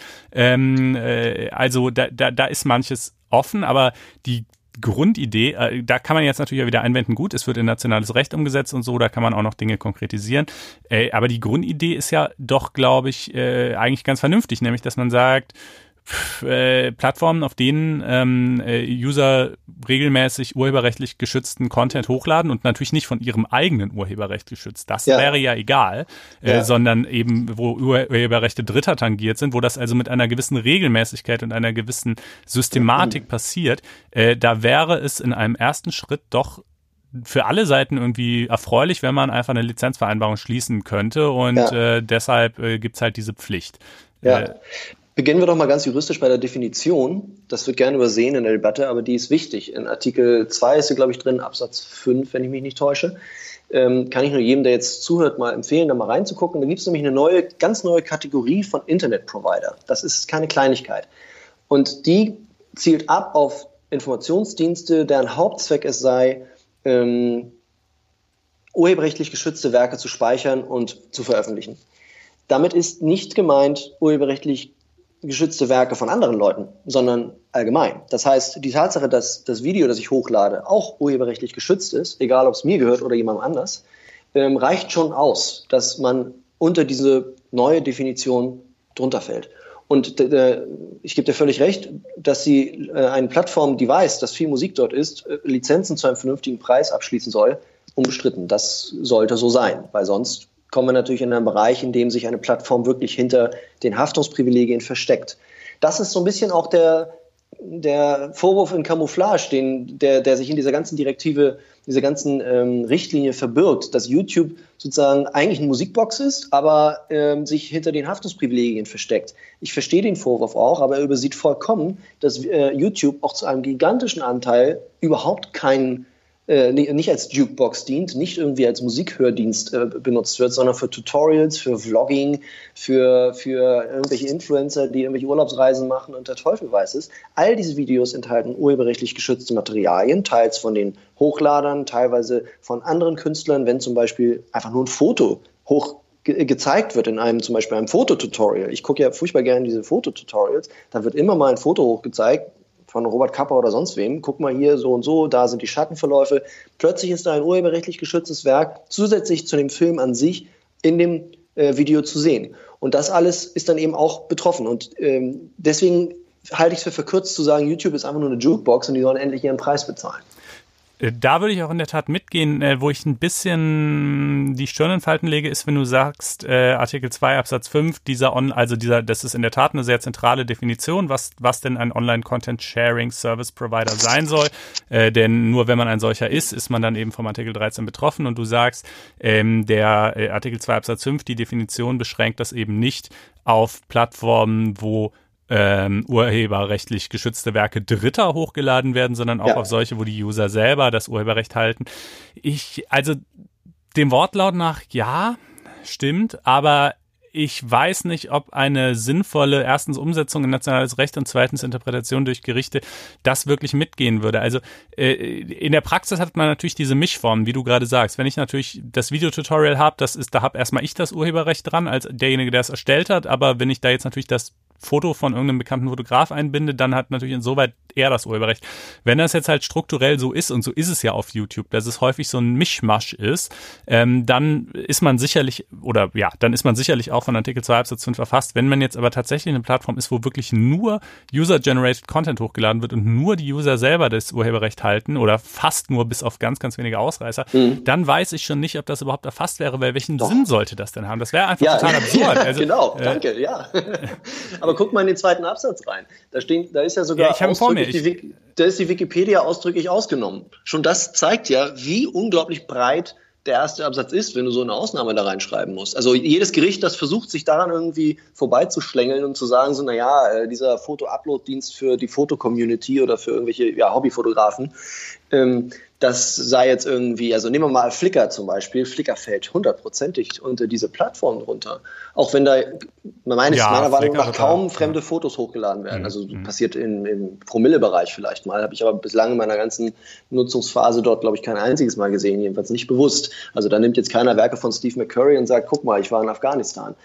Speaker 3: Also da ist manches offen, aber die Grundidee, da kann man jetzt natürlich auch wieder einwenden, gut, es wird in nationales Recht umgesetzt und so, da kann man auch noch Dinge konkretisieren, aber die Grundidee ist ja doch, glaube ich, eigentlich ganz vernünftig, nämlich, dass man sagt, Plattformen, auf denen User regelmäßig urheberrechtlich geschützten Content hochladen und natürlich nicht von ihrem eigenen Urheberrecht geschützt. Das wäre ja egal, sondern eben, wo Urheberrechte Dritter tangiert sind, wo das also mit einer gewissen Regelmäßigkeit und einer gewissen Systematik passiert. Da wäre es in einem ersten Schritt doch für alle Seiten irgendwie erfreulich, wenn man einfach eine Lizenzvereinbarung schließen könnte und deshalb gibt's halt diese Pflicht.
Speaker 1: Ja. Beginnen wir doch mal ganz juristisch bei der Definition. Das wird gerne übersehen in der Debatte, aber die ist wichtig. In Artikel 2 ist sie, glaube ich, drin, Absatz 5, wenn ich mich nicht täusche. Kann ich nur jedem, der jetzt zuhört, mal empfehlen, da mal reinzugucken. Da gibt es nämlich eine ganz neue Kategorie von Internetprovider. Das ist keine Kleinigkeit. Und die zielt ab auf Informationsdienste, deren Hauptzweck es sei, urheberrechtlich geschützte Werke zu speichern und zu veröffentlichen. Damit ist nicht gemeint urheberrechtlich geschützte Werke von anderen Leuten, sondern allgemein. Das heißt, die Tatsache, dass das Video, das ich hochlade, auch urheberrechtlich geschützt ist, egal ob es mir gehört oder jemandem anders, reicht schon aus, dass man unter diese neue Definition drunter fällt. Und ich gebe dir völlig recht, dass sie eine Plattform, die weiß, dass viel Musik dort ist, Lizenzen zu einem vernünftigen Preis abschließen soll, unbestritten. Das sollte so sein, weil sonst kommen wir natürlich in einen Bereich, in dem sich eine Plattform wirklich hinter den Haftungsprivilegien versteckt. Das ist so ein bisschen auch der Vorwurf in Camouflage, der sich in dieser ganzen Direktive, dieser ganzen Richtlinie verbirgt, dass YouTube sozusagen eigentlich eine Musikbox ist, aber sich hinter den Haftungsprivilegien versteckt. Ich verstehe den Vorwurf auch, aber er übersieht vollkommen, dass YouTube auch zu einem gigantischen Anteil überhaupt keinen nicht als Jukebox dient, nicht irgendwie als Musikhördienst benutzt wird, sondern für Tutorials, für Vlogging, für irgendwelche Influencer, die irgendwelche Urlaubsreisen machen und der Teufel weiß es. All diese Videos enthalten urheberrechtlich geschützte Materialien, teils von den Hochladern, teilweise von anderen Künstlern, wenn zum Beispiel einfach nur ein Foto gezeigt wird in einem, zum Beispiel einem Fototutorial. Ich gucke ja furchtbar gerne diese Fototutorials. Da wird immer mal ein Foto hochgezeigt von Robert Kappa oder sonst wem. Guck mal hier, so und so, da sind die Schattenverläufe. Plötzlich ist da ein urheberrechtlich geschütztes Werk zusätzlich zu dem Film an sich in dem Video zu sehen. Und das alles ist dann eben auch betroffen. Und deswegen halte ich es für verkürzt zu sagen, YouTube ist einfach nur eine Jukebox und die sollen endlich ihren Preis bezahlen.
Speaker 3: Da würde ich auch in der Tat mitgehen. Wo ich ein bisschen die Stirn in Falten lege, ist, wenn du sagst, Artikel 2 Absatz 5, das ist in der Tat eine sehr zentrale Definition, was denn ein Online-Content-Sharing-Service-Provider sein soll. Denn nur wenn man ein solcher ist man dann eben vom Artikel 13 betroffen. Und du sagst, der Artikel 2 Absatz 5, die Definition beschränkt das eben nicht auf Plattformen, wo urheberrechtlich geschützte Werke Dritter hochgeladen werden, sondern auch auf solche, wo die User selber das Urheberrecht halten. Also dem Wortlaut nach, ja, stimmt, aber ich weiß nicht, ob eine sinnvolle, erstens Umsetzung in nationales Recht und zweitens Interpretation durch Gerichte das wirklich mitgehen würde. Also in der Praxis hat man natürlich diese Mischformen, wie du gerade sagst. Wenn ich natürlich das Videotutorial habe, da habe erstmal ich das Urheberrecht dran, als derjenige, der es erstellt hat, aber wenn ich da jetzt natürlich das Foto von irgendeinem bekannten Fotograf einbinde, dann hat natürlich insoweit er das Urheberrecht. Wenn das jetzt halt strukturell so ist, und so ist es ja auf YouTube, dass es häufig so ein Mischmasch ist, dann ist man sicherlich auch von Artikel 2 Absatz 5 erfasst. Wenn man jetzt aber tatsächlich eine Plattform ist, wo wirklich nur User-Generated Content hochgeladen wird und nur die User selber das Urheberrecht halten oder fast nur bis auf ganz, ganz wenige Ausreißer, dann weiß ich schon nicht, ob das überhaupt erfasst wäre, weil welchen Sinn sollte das denn haben? Das wäre einfach total absurd.
Speaker 1: Also, genau, danke, ja. Aber guck mal in den zweiten Absatz rein. Da ist ja sogar da ist die Wikipedia ausdrücklich ausgenommen. Schon das zeigt ja, wie unglaublich breit der erste Absatz ist, wenn du so eine Ausnahme da reinschreiben musst. Also jedes Gericht, das versucht, sich daran irgendwie vorbeizuschlängeln und zu sagen, so, dieser Foto-Upload-Dienst für die Foto-Community oder für irgendwelche Hobbyfotografen, das sei jetzt irgendwie, also nehmen wir mal Flickr zum Beispiel. Flickr fällt 100%ig unter diese Plattform drunter. Auch wenn da meiner Meinung nach kaum fremde Fotos hochgeladen werden. Also passiert im Promille-Bereich vielleicht mal. Habe ich aber bislang in meiner ganzen Nutzungsphase dort, glaube ich, kein einziges Mal gesehen, jedenfalls nicht bewusst. Also da nimmt jetzt keiner Werke von Steve McCurry und sagt, guck mal, ich war in Afghanistan.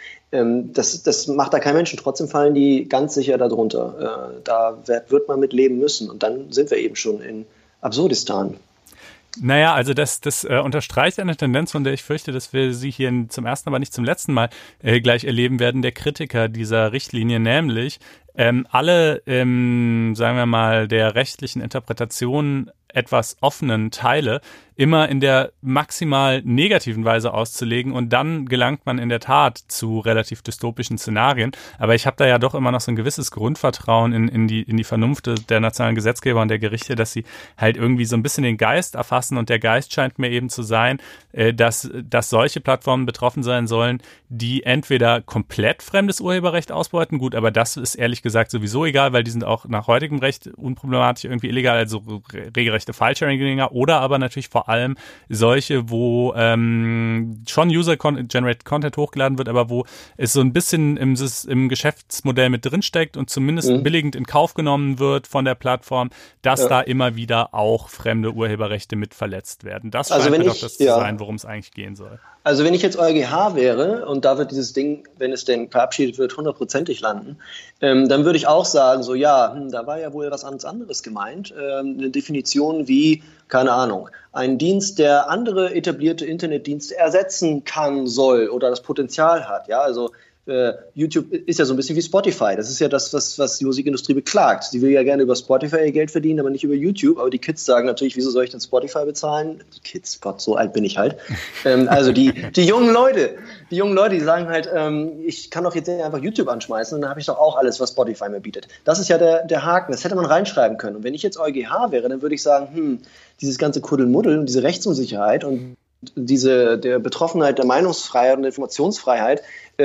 Speaker 1: Das macht da kein Mensch. Trotzdem fallen die ganz sicher darunter. Da wird man mit leben müssen. Und dann sind wir eben schon in Absurdistan.
Speaker 3: Naja, also das unterstreicht eine Tendenz, von der ich fürchte, dass wir sie hier zum ersten, aber nicht zum letzten Mal gleich erleben werden, der Kritiker dieser Richtlinie, nämlich alle, sagen wir mal, der rechtlichen Interpretation etwas offenen Teile immer in der maximal negativen Weise auszulegen und dann gelangt man in der Tat zu relativ dystopischen Szenarien. Aber ich habe da ja doch immer noch so ein gewisses Grundvertrauen in die Vernunft der nationalen Gesetzgeber und der Gerichte, dass sie halt irgendwie so ein bisschen den Geist erfassen und der Geist scheint mir eben zu sein, dass solche Plattformen betroffen sein sollen, die entweder komplett fremdes Urheberrecht ausbeuten, gut, aber das ist ehrlich gesagt sowieso egal, weil die sind auch nach heutigem Recht unproblematisch irgendwie illegal, also regelrechte File-Sharing-Dinger, oder aber natürlich vor allem solche, wo schon User-Generated Content hochgeladen wird, aber wo es so ein bisschen im Geschäftsmodell mit drinsteckt und zumindest billigend in Kauf genommen wird von der Plattform, dass da immer wieder auch fremde Urheberrechte mit verletzt werden. Das scheint mir doch das zu sein, worum es eigentlich gehen soll.
Speaker 1: Also wenn ich jetzt EuGH wäre und da wird dieses Ding, wenn es denn verabschiedet wird, 100%ig landen, dann würde ich auch sagen, so da war ja wohl was anderes gemeint. Eine Definition wie, keine Ahnung, ein Dienst, der andere etablierte Internetdienste ersetzen kann, soll oder das Potenzial hat. Ja, also YouTube ist ja so ein bisschen wie Spotify. Das ist ja das, was die Musikindustrie beklagt. Sie will ja gerne über Spotify ihr Geld verdienen, aber nicht über YouTube. Aber die Kids sagen natürlich, wieso soll ich denn Spotify bezahlen? Die Kids, Gott, so alt bin ich halt. Also die jungen Leute, die sagen halt, ich kann doch jetzt einfach YouTube anschmeißen und dann habe ich doch auch alles, was Spotify mir bietet. Das ist ja der Haken. Das hätte man reinschreiben können. Und wenn ich jetzt EuGH wäre, dann würde ich sagen, dieses ganze Kuddelmuddel und diese Rechtsunsicherheit und der Betroffenheit der Meinungsfreiheit und der Informationsfreiheit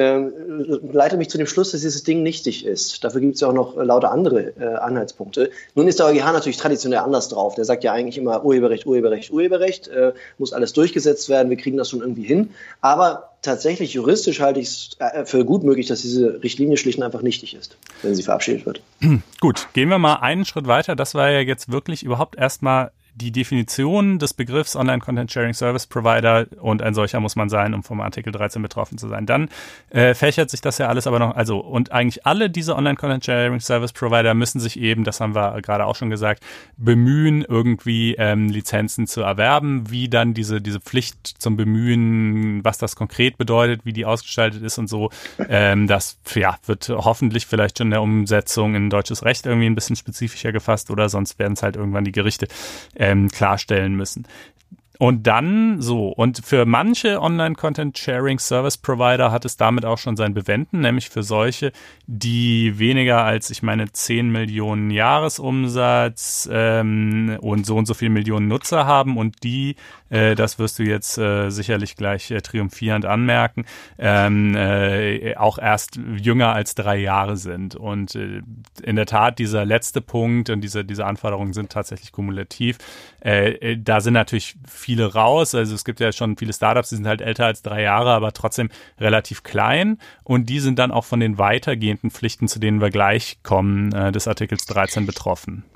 Speaker 1: leitet mich zu dem Schluss, dass dieses Ding nichtig ist. Dafür gibt es ja auch noch lauter andere Anhaltspunkte. Nun ist der EuGH natürlich traditionell anders drauf. Der sagt ja eigentlich immer Urheberrecht, muss alles durchgesetzt werden, wir kriegen das schon irgendwie hin. Aber tatsächlich juristisch halte ich es für gut möglich, dass diese Richtlinie schlicht und einfach nichtig ist, wenn sie verabschiedet wird.
Speaker 3: Gut, gehen wir mal einen Schritt weiter. Das war ja jetzt wirklich überhaupt erstmal die Definition des Begriffs Online Content Sharing Service Provider, und ein solcher muss man sein, um vom Artikel 13 betroffen zu sein. Dann fächert sich das ja alles aber noch, also und eigentlich alle diese Online Content Sharing Service Provider müssen sich eben, das haben wir gerade auch schon gesagt, bemühen, irgendwie Lizenzen zu erwerben, wie dann diese Pflicht zum Bemühen, was das konkret bedeutet, wie die ausgestaltet ist und so. Das wird hoffentlich vielleicht schon in der Umsetzung in deutsches Recht irgendwie ein bisschen spezifischer gefasst, oder sonst werden es halt irgendwann die Gerichte klarstellen müssen. Und dann und für manche Online-Content-Sharing-Service-Provider hat es damit auch schon sein Bewenden, nämlich für solche, die weniger als, 10 Millionen Jahresumsatz und so viel Millionen Nutzer haben und die, das wirst du jetzt sicherlich gleich triumphierend anmerken, auch erst jünger als 3 Jahre sind. Und in der Tat, dieser letzte Punkt und diese Anforderungen sind tatsächlich kumulativ. Da sind natürlich viele raus, also es gibt ja schon viele Startups, die sind halt älter als 3 Jahre, aber trotzdem relativ klein, und die sind dann auch von den weitergehenden Pflichten, zu denen wir gleich kommen, des Artikels 13 betroffen.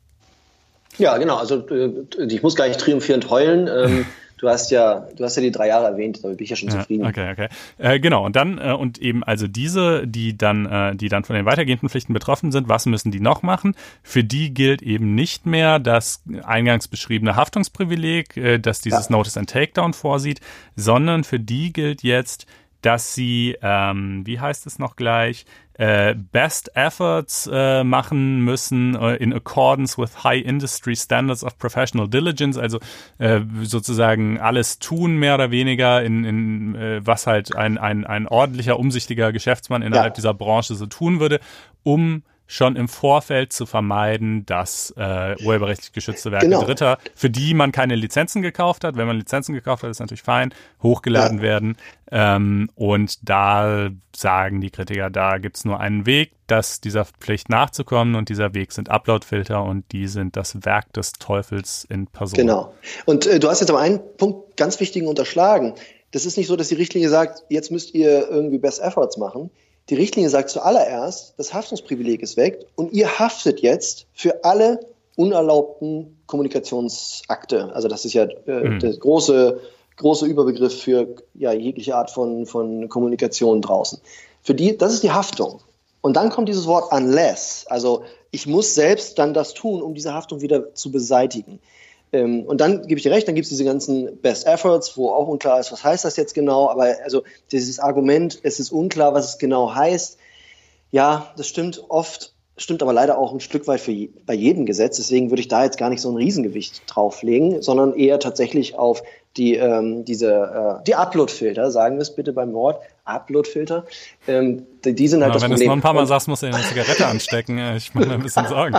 Speaker 1: Ja, genau, also ich muss gar nicht triumphierend heulen. Du hast ja die 3 Jahre erwähnt, damit bin ich ja schon zufrieden.
Speaker 3: Okay. Genau, und dann, und eben also diese, die dann von den weitergehenden Pflichten betroffen sind, was müssen die noch machen? Für die gilt eben nicht mehr das eingangs beschriebene Haftungsprivileg, das dieses Notice and Takedown vorsieht, sondern für die gilt jetzt, dass sie, wie heißt es noch gleich, Best Efforts machen müssen in accordance with high industry standards of professional diligence, also sozusagen alles tun, mehr oder weniger, in was halt ein ordentlicher, umsichtiger Geschäftsmann innerhalb dieser Branche so tun würde, um schon im Vorfeld zu vermeiden, dass urheberrechtlich geschützte Werke Dritter, für die man keine Lizenzen gekauft hat, wenn man Lizenzen gekauft hat, ist natürlich fein, hochgeladen werden. Und da sagen die Kritiker, da gibt's nur einen Weg, dieser Pflicht nachzukommen, und dieser Weg sind Uploadfilter, und die sind das Werk des Teufels in Person.
Speaker 1: Genau. Und du hast jetzt aber einen Punkt ganz wichtigen unterschlagen. Das ist nicht so, dass die Richtlinie sagt, jetzt müsst ihr irgendwie Best Efforts machen. Die Richtlinie sagt zuallererst, das Haftungsprivileg ist weg und ihr haftet jetzt für alle unerlaubten Kommunikationsakte. Also das ist ja der große Überbegriff für jegliche Art von Kommunikation draußen. Das ist die Haftung. Und dann kommt dieses Wort unless. Also ich muss selbst dann das tun, um diese Haftung wieder zu beseitigen. Und dann gebe ich dir recht, dann gibt es diese ganzen Best Efforts, wo auch unklar ist, was heißt das jetzt genau, aber also dieses Argument, es ist unklar, was es genau heißt, ja, das stimmt oft, stimmt aber leider auch ein Stück weit bei jedem Gesetz, deswegen würde ich da jetzt gar nicht so ein Riesengewicht drauflegen, sondern eher tatsächlich auf die Upload-Filter, sagen wir es bitte beim Wort, Upload-Filter, die sind halt das Problem.
Speaker 3: Wenn du es noch ein paar Mal sagst, musst du dir eine Zigarette anstecken, ich mache mir ein bisschen Sorgen.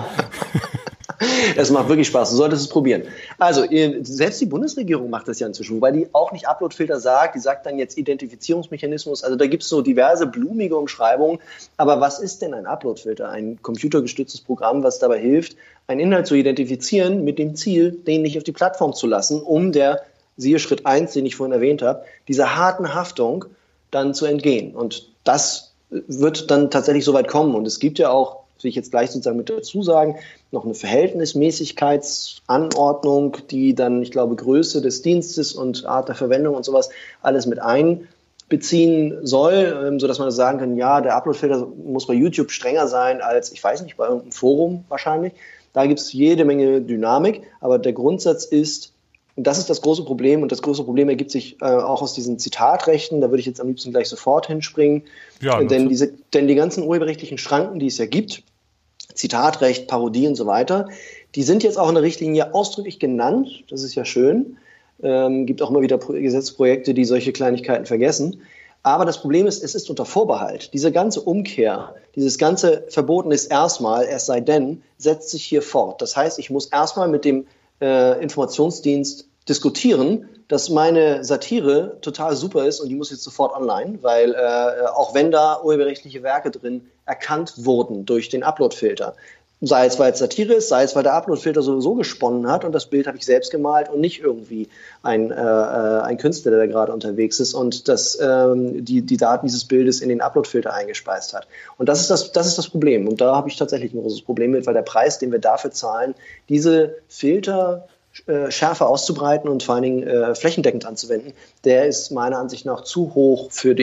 Speaker 1: Es macht wirklich Spaß, du solltest es probieren. Also, selbst die Bundesregierung macht das ja inzwischen, wobei die auch nicht Uploadfilter sagt, die sagt dann jetzt Identifizierungsmechanismus, also da gibt es so diverse blumige Umschreibungen, aber was ist denn ein Uploadfilter? Ein computergestütztes Programm, was dabei hilft, einen Inhalt zu identifizieren mit dem Ziel, den nicht auf die Plattform zu lassen, um siehe Schritt 1, den ich vorhin erwähnt habe, dieser harten Haftung dann zu entgehen. Und das wird dann tatsächlich so weit kommen. Und es gibt ja auch, will ich jetzt gleich sozusagen mit dazu sagen, noch eine Verhältnismäßigkeitsanordnung, die dann, ich glaube, Größe des Dienstes und Art der Verwendung und sowas alles mit einbeziehen soll, sodass man sagen kann, ja, der Uploadfilter muss bei YouTube strenger sein als, ich weiß nicht, bei irgendeinem Forum wahrscheinlich. Da gibt es jede Menge Dynamik, aber der Grundsatz ist, und das ist das große Problem, und das große Problem ergibt sich auch aus diesen Zitatrechten, da würde ich jetzt am liebsten gleich sofort hinspringen, denn die ganzen urheberrechtlichen Schranken, die es ja gibt, Zitatrecht, Parodie und so weiter, die sind jetzt auch in der Richtlinie ausdrücklich genannt, das ist ja schön, gibt auch immer wieder Gesetzprojekte, die solche Kleinigkeiten vergessen, aber das Problem ist, es ist unter Vorbehalt. Diese ganze Umkehr, dieses ganze Verboten ist erstmal, es sei denn, setzt sich hier fort. Das heißt, ich muss erstmal mit dem Informationsdienst diskutieren, dass meine Satire total super ist und die muss jetzt sofort online, weil auch wenn da urheberrechtliche Werke drin erkannt wurden durch den Uploadfilter, sei es, weil es Satire ist, sei es, weil der Uploadfilter sowieso gesponnen hat und das Bild habe ich selbst gemalt und nicht irgendwie ein Künstler, der da gerade unterwegs ist und die Daten dieses Bildes in den Uploadfilter eingespeist hat. Und das ist das Problem. Und da habe ich tatsächlich ein großes Problem mit, weil der Preis, den wir dafür zahlen, diese Filter schärfer auszubreiten und vor allen Dingen flächendeckend anzuwenden, der ist meiner Ansicht nach zu hoch für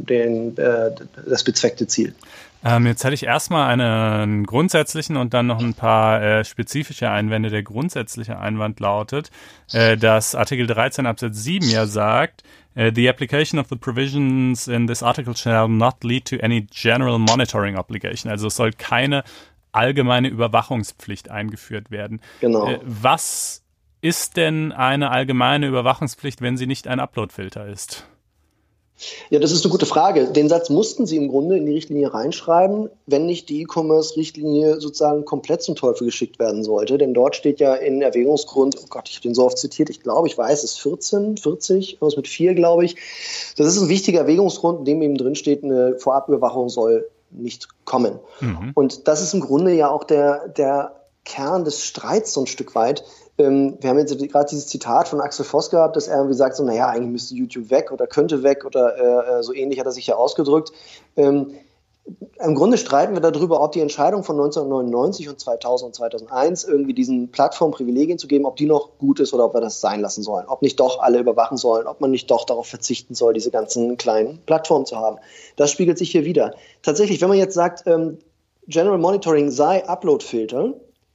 Speaker 1: das bezweckte Ziel.
Speaker 3: Jetzt hätte ich erstmal einen grundsätzlichen und dann noch ein paar spezifische Einwände. Der grundsätzliche Einwand lautet, dass Artikel 13 Absatz 7 ja sagt, the application of the provisions in this article shall not lead to any general monitoring obligation. Also es soll keine allgemeine Überwachungspflicht eingeführt werden.
Speaker 1: Genau.
Speaker 3: Was ist denn eine allgemeine Überwachungspflicht, wenn sie nicht ein Uploadfilter ist?
Speaker 1: Ja, das ist eine gute Frage. Den Satz mussten Sie im Grunde in die Richtlinie reinschreiben, wenn nicht die E-Commerce-Richtlinie sozusagen komplett zum Teufel geschickt werden sollte. Denn dort steht ja in Erwägungsgrund, oh Gott, ich habe den so oft zitiert, ich glaube, ich weiß es, 40, irgendwas mit 4, glaube ich. Das ist ein wichtiger Erwägungsgrund, in dem eben drin steht, eine Vorabüberwachung soll nicht kommen. Mhm. Und das ist im Grunde ja auch der Kern des Streits so ein Stück weit. Wir haben jetzt gerade dieses Zitat von Axel Voss gehabt, dass er irgendwie sagt, so, naja, eigentlich müsste YouTube weg oder könnte weg oder so ähnlich hat er sich ja ausgedrückt. Im Grunde streiten wir darüber, ob die Entscheidung von 1999 und 2000 und 2001 irgendwie diesen Plattformen Privilegien zu geben, ob die noch gut ist oder ob wir das sein lassen sollen, ob nicht doch alle überwachen sollen, ob man nicht doch darauf verzichten soll, diese ganzen kleinen Plattformen zu haben. Das spiegelt sich hier wieder. Tatsächlich, wenn man jetzt sagt, General Monitoring sei Upload-Filter,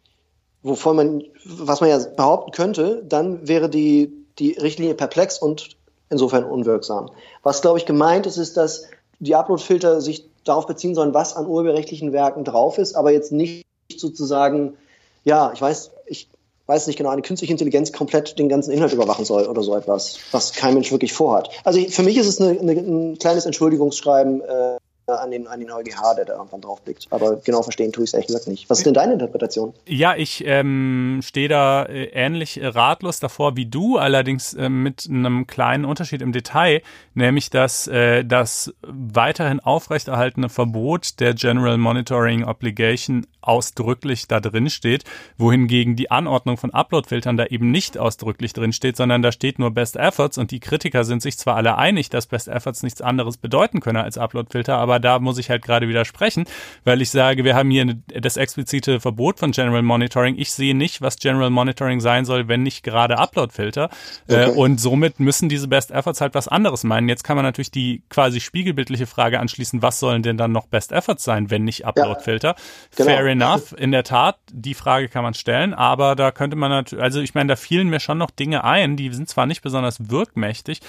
Speaker 1: was man ja behaupten könnte, dann wäre die Richtlinie perplex und insofern unwirksam. Was, glaube ich, gemeint ist, ist, dass die Upload-Filter sich darauf beziehen sollen, was an urheberrechtlichen Werken drauf ist, aber jetzt nicht sozusagen, ja, ich weiß nicht genau, eine künstliche Intelligenz komplett den ganzen Inhalt überwachen soll oder so etwas, was kein Mensch wirklich vorhat. Also für mich ist es ein kleines Entschuldigungsschreiben an den EuGH, der da irgendwann drauf blickt. Aber genau verstehen tue ich es ehrlich gesagt nicht. Was ist denn deine Interpretation?
Speaker 3: Ja, ich stehe da ähnlich ratlos davor wie du, allerdings mit einem kleinen Unterschied im Detail, nämlich dass das weiterhin aufrechterhaltene Verbot der General Monitoring Obligation ausdrücklich da drin steht, wohingegen die Anordnung von Uploadfiltern da eben nicht ausdrücklich drin steht, sondern da steht nur Best Efforts und die Kritiker sind sich zwar alle einig, dass Best Efforts nichts anderes bedeuten könne als Uploadfilter, aber da muss ich halt gerade widersprechen, weil ich sage, wir haben hier das explizite Verbot von General Monitoring. Ich sehe nicht, was General Monitoring sein soll, wenn nicht gerade Uploadfilter. Okay. Und somit müssen diese Best Efforts halt was anderes meinen. Jetzt kann man natürlich die quasi spiegelbildliche Frage anschließen, was sollen denn dann noch Best Efforts sein, wenn nicht Uploadfilter? Ja, genau. Fair enough, in der Tat, die Frage kann man stellen, aber da könnte man natürlich, also ich meine, da fielen mir schon noch Dinge ein, die sind zwar nicht besonders wirkmächtig,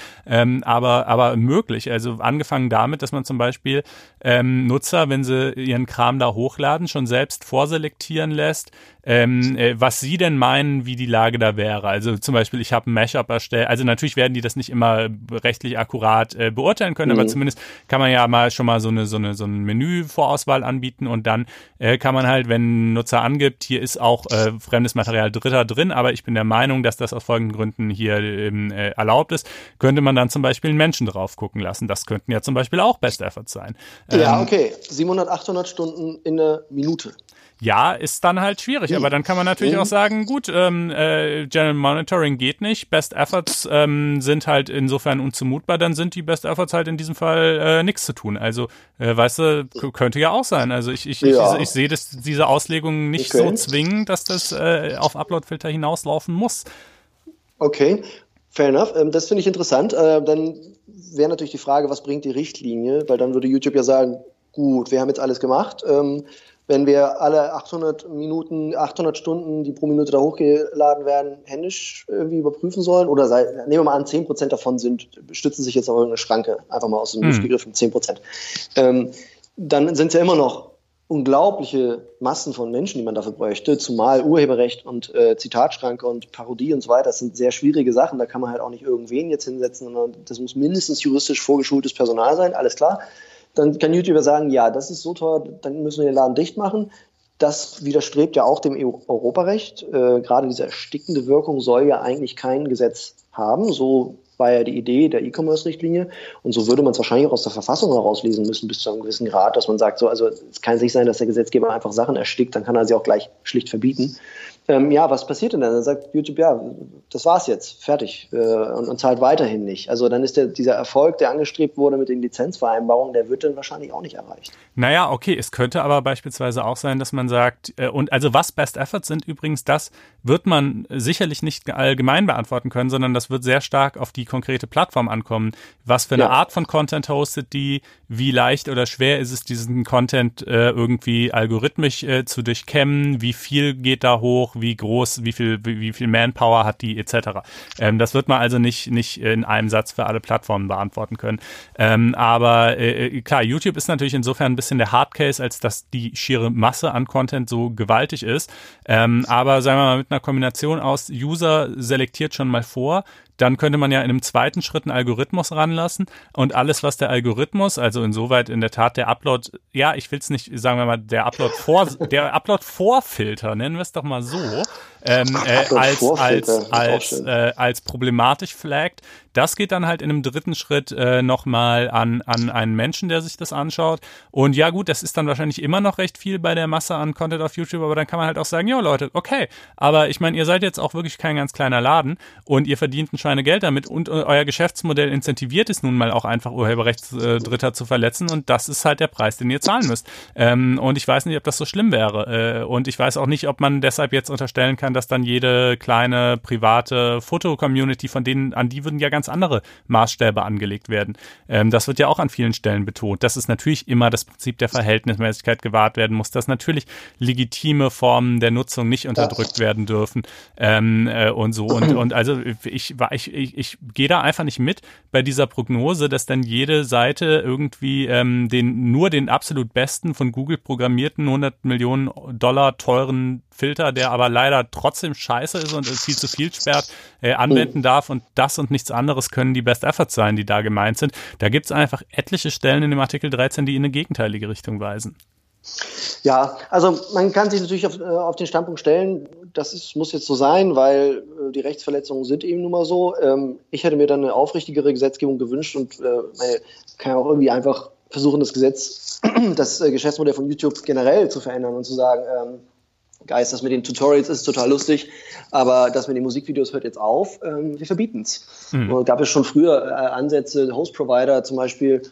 Speaker 3: aber möglich. Also angefangen damit, dass man zum Beispiel Nutzer, wenn sie ihren Kram da hochladen, schon selbst vorselektieren lässt, was sie denn meinen, wie die Lage da wäre. Also zum Beispiel, ich habe ein Mashup erstellt, also natürlich werden die das nicht immer rechtlich akkurat beurteilen können, aber zumindest kann man ja mal schon mal so eine Menü-Vorauswahl anbieten und dann kann man halt, wenn ein Nutzer angibt, hier ist auch fremdes Material Dritter drin, aber ich bin der Meinung, dass das aus folgenden Gründen hier erlaubt ist, könnte man dann zum Beispiel einen Menschen drauf gucken lassen. Das könnten ja zum Beispiel auch Best Efforts sein.
Speaker 1: Ja, okay. 700, 800 Stunden in der Minute.
Speaker 3: Ja, ist dann halt schwierig, aber dann kann man natürlich auch sagen, gut, General Monitoring geht nicht, Best Efforts sind halt insofern unzumutbar, dann sind die Best Efforts halt in diesem Fall nichts zu tun. Also, weißt du, könnte ja auch sein. Also ich sehe diese Auslegung nicht so zwingend, dass das auf Uploadfilter hinauslaufen muss.
Speaker 1: Okay, fair enough. Das finde ich interessant. Dann wäre natürlich die Frage, was bringt die Richtlinie? Weil dann würde YouTube ja sagen, gut, wir haben jetzt alles gemacht. Wenn wir alle 800 Stunden, die pro Minute da hochgeladen werden, händisch irgendwie überprüfen sollen, oder nehmen wir mal an, 10% davon stützen sich jetzt auf irgendeine Schranke, einfach mal aus dem Luft gegriffen, 10%. Dann sind es ja immer noch unglaubliche Massen von Menschen, die man dafür bräuchte, zumal Urheberrecht und Zitatschranke und Parodie und so weiter, das sind sehr schwierige Sachen, da kann man halt auch nicht irgendwen jetzt hinsetzen, sondern das muss mindestens juristisch vorgeschultes Personal sein, alles klar. Dann kann YouTuber sagen, ja, das ist so teuer, dann müssen wir den Laden dicht machen. Das widerstrebt ja auch dem Europarecht. Gerade diese erstickende Wirkung soll ja eigentlich kein Gesetz haben, so war ja die Idee der E-Commerce-Richtlinie. Und so würde man es wahrscheinlich auch aus der Verfassung herauslesen müssen bis zu einem gewissen Grad, dass man sagt, so, also es kann nicht sein, dass der Gesetzgeber einfach Sachen erstickt, dann kann er sie auch gleich schlicht verbieten. Was passiert denn dann? Dann sagt YouTube, ja, das war's jetzt, fertig, und zahlt weiterhin nicht. Also dann ist dieser Erfolg, der angestrebt wurde mit den Lizenzvereinbarungen, der wird dann wahrscheinlich auch nicht erreicht.
Speaker 3: Naja, okay, es könnte aber beispielsweise auch sein, dass man sagt, und also was Best Efforts sind übrigens, das wird man sicherlich nicht allgemein beantworten können, sondern das wird sehr stark auf die konkrete Plattform ankommen. Was für eine Art von Content hostet die, wie leicht oder schwer ist es, diesen Content irgendwie algorithmisch zu durchkämmen, wie viel geht da hoch, wie groß, wie viel Manpower hat die etc. Das wird man also nicht in einem Satz für alle Plattformen beantworten können. Aber klar, YouTube ist natürlich insofern ein bisschen der Hardcase, als dass die schiere Masse an Content so gewaltig ist. Aber sagen wir mal mit einer Kombination aus User selektiert schon mal vor, dann könnte man ja in einem zweiten Schritt einen Algorithmus ranlassen und alles, was der Algorithmus, also insoweit in der Tat der Upload, ja, ich will es nicht, sagen wir mal, der Upload-Vorfilter, nennen wir es doch mal so, als problematisch flaggt. Das geht dann halt in einem dritten Schritt nochmal an einen Menschen, der sich das anschaut. Und ja gut, das ist dann wahrscheinlich immer noch recht viel bei der Masse an Content auf YouTube, aber dann kann man halt auch sagen, ja Leute, okay, aber ich meine, ihr seid jetzt auch wirklich kein ganz kleiner Laden und ihr verdient ein Schweinegeld damit und euer Geschäftsmodell incentiviert es nun mal auch einfach, Urheberrechtsdritter zu verletzen und das ist halt der Preis, den ihr zahlen müsst. Und ich weiß nicht, ob das so schlimm wäre. Und ich weiß auch nicht, ob man deshalb jetzt unterstellen kann, dass dann jede kleine private Foto-Community an die würden ja ganz andere Maßstäbe angelegt werden. Das wird ja auch an vielen Stellen betont, dass es natürlich immer das Prinzip der Verhältnismäßigkeit gewahrt werden muss, dass natürlich legitime Formen der Nutzung nicht unterdrückt werden dürfen und so. Und also ich gehe da einfach nicht mit bei dieser Prognose, dass dann jede Seite irgendwie nur den absolut besten von Google programmierten $100 Millionen teuren Filter, der aber leider trotzdem scheiße ist und viel zu viel sperrt, anwenden darf und das und nichts anderes können die Best Efforts sein, die da gemeint sind. Da gibt es einfach etliche Stellen in dem Artikel 13, die in eine gegenteilige Richtung weisen.
Speaker 1: Ja, also man kann sich natürlich auf den Standpunkt stellen, muss jetzt so sein, weil die Rechtsverletzungen sind eben nun mal so. Ich hätte mir dann eine aufrichtigere Gesetzgebung gewünscht und kann auch irgendwie einfach versuchen, das Geschäftsmodell von YouTube generell zu verändern und zu sagen, Guys, das mit den Tutorials ist total lustig, aber das mit den Musikvideos hört jetzt auf, wir verbieten es. Es gab ja schon früher Ansätze, Host-Provider zum Beispiel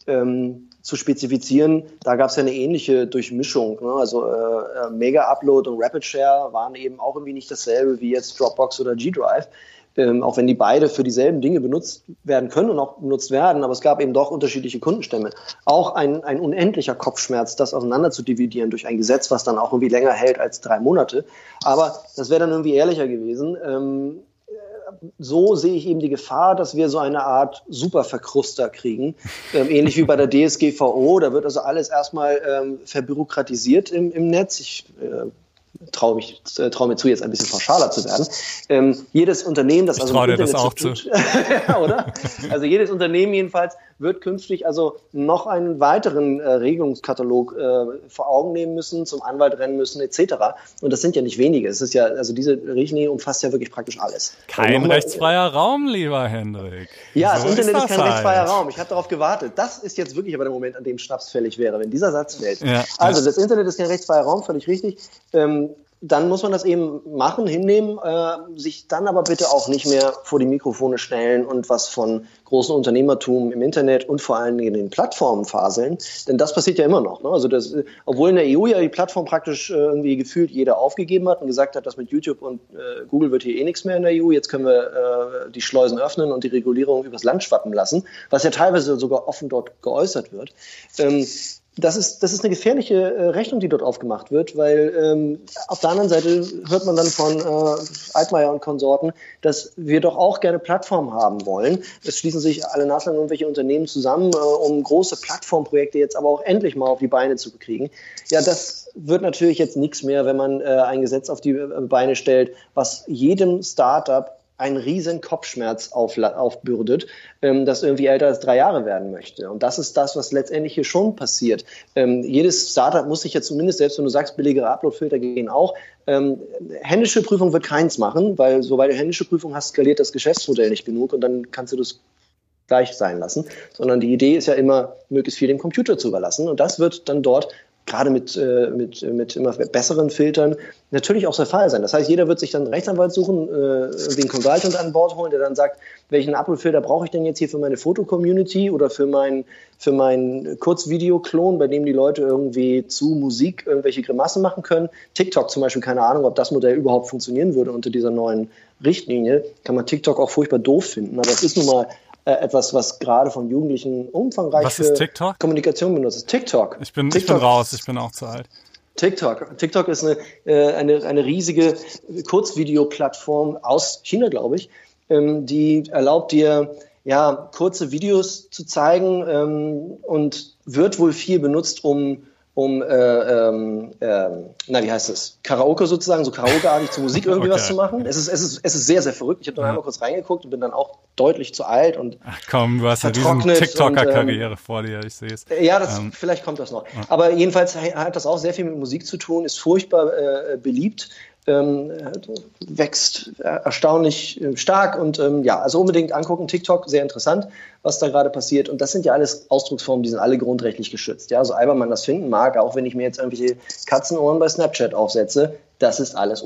Speaker 1: zu spezifizieren, da gab es ja eine ähnliche Durchmischung. Ne? Also Mega-Upload und Rapid Share waren eben auch irgendwie nicht dasselbe wie jetzt Dropbox oder G-Drive. Auch wenn die beide für dieselben Dinge benutzt werden können und auch benutzt werden, aber es gab eben doch unterschiedliche Kundenstämme. Auch ein unendlicher Kopfschmerz, das auseinander zu dividieren durch ein Gesetz, was dann auch irgendwie länger hält als 3 Monate. Aber das wäre dann irgendwie ehrlicher gewesen. So sehe ich eben die Gefahr, dass wir so eine Art Superverkruster kriegen, ähnlich wie bei der DSGVO. Da wird also alles erstmal verbürokratisiert im Netz. Ich traue mir zu, jetzt ein bisschen pauschaler zu werden. Jedes Unternehmen, das also
Speaker 3: mit Internet zu tun,
Speaker 1: ja, oder? Also jedes Unternehmen jedenfalls wird künftig also noch einen weiteren Regelungskatalog vor Augen nehmen müssen, zum Anwalt rennen müssen, etc. Und das sind ja nicht wenige. Es ist ja, also diese Richtlinie umfasst ja wirklich praktisch alles.
Speaker 3: Kein rechtsfreier Raum, lieber Hendrik.
Speaker 1: Ja, so das Internet ist kein rechtsfreier Raum. Ich habe darauf gewartet. Das ist jetzt wirklich aber der Moment, an dem Schnaps fällig wäre, wenn dieser Satz fällt. Ja, also das Internet ist kein rechtsfreier Raum, völlig richtig. Dann muss man das eben machen, hinnehmen, sich dann aber bitte auch nicht mehr vor die Mikrofone stellen und was von großen Unternehmertum im Internet und vor allen Dingen in den Plattformen faseln, denn das passiert ja immer noch. Ne? Also obwohl in der EU ja die Plattform praktisch irgendwie gefühlt jeder aufgegeben hat und gesagt hat, dass mit YouTube und Google wird hier eh nichts mehr in der EU, jetzt können wir die Schleusen öffnen und die Regulierung übers Land schwappen lassen, was ja teilweise sogar offen dort geäußert wird. Das ist eine gefährliche Rechnung, die dort aufgemacht wird, weil auf der anderen Seite hört man dann von Altmaier und Konsorten, dass wir doch auch gerne Plattformen haben wollen. Es schließen sich alle naslang irgendwelche Unternehmen zusammen, um große Plattformprojekte jetzt aber auch endlich mal auf die Beine zu bekriegen. Ja, das wird natürlich jetzt nichts mehr, wenn man ein Gesetz auf die Beine stellt, was jedem Startup einen riesen Kopfschmerz aufbürdet, das irgendwie älter als 3 Jahre werden möchte. Und das ist das, was letztendlich hier schon passiert. Jedes Startup muss sich ja zumindest, selbst wenn du sagst, billigere Uploadfilter gehen auch, händische Prüfung wird keins machen, weil sobald du händische Prüfung hast, skaliert das Geschäftsmodell nicht genug und dann kannst du das gleich sein lassen. Sondern die Idee ist ja immer, möglichst viel dem Computer zu überlassen. Und das wird dann dort gerade mit immer besseren Filtern natürlich auch der Fall sein. Das heißt, jeder wird sich dann einen Rechtsanwalt suchen, irgendwie einen Consultant an Bord holen, der dann sagt, welchen Upload-Filter brauche ich denn jetzt hier für meine Foto-Community oder für meinen Kurzvideo-Klon, bei dem die Leute irgendwie zu Musik irgendwelche Grimassen machen können. TikTok zum Beispiel, keine Ahnung, ob das Modell überhaupt funktionieren würde unter dieser neuen Richtlinie. Kann man TikTok auch furchtbar doof finden, aber es ist nun mal etwas, was gerade von Jugendlichen umfangreich für Kommunikation benutzt ist. TikTok.
Speaker 3: Ich bin raus, ich bin auch zu alt.
Speaker 1: TikTok ist eine riesige Kurzvideoplattform aus China, glaube ich, die erlaubt dir, ja, kurze Videos zu zeigen und wird wohl viel benutzt, um wie heißt es? Karaoke sozusagen, so Karaoke-artig zur Musik irgendwie was zu machen. Es ist sehr, sehr verrückt. Ich habe dann einmal kurz reingeguckt und bin dann auch deutlich zu alt und
Speaker 3: ach komm, du hast ja diesen TikToker-Karriere vor dir, ich sehe es.
Speaker 1: Ja, vielleicht kommt das noch. Ja. Aber jedenfalls hat das auch sehr viel mit Musik zu tun, ist furchtbar beliebt. Wächst erstaunlich stark und also unbedingt angucken. TikTok, sehr interessant, was da gerade passiert. Und das sind ja alles Ausdrucksformen, die sind alle grundrechtlich geschützt. Ja, so albern man das finden mag, auch wenn ich mir jetzt irgendwelche Katzenohren bei Snapchat aufsetze, das ist alles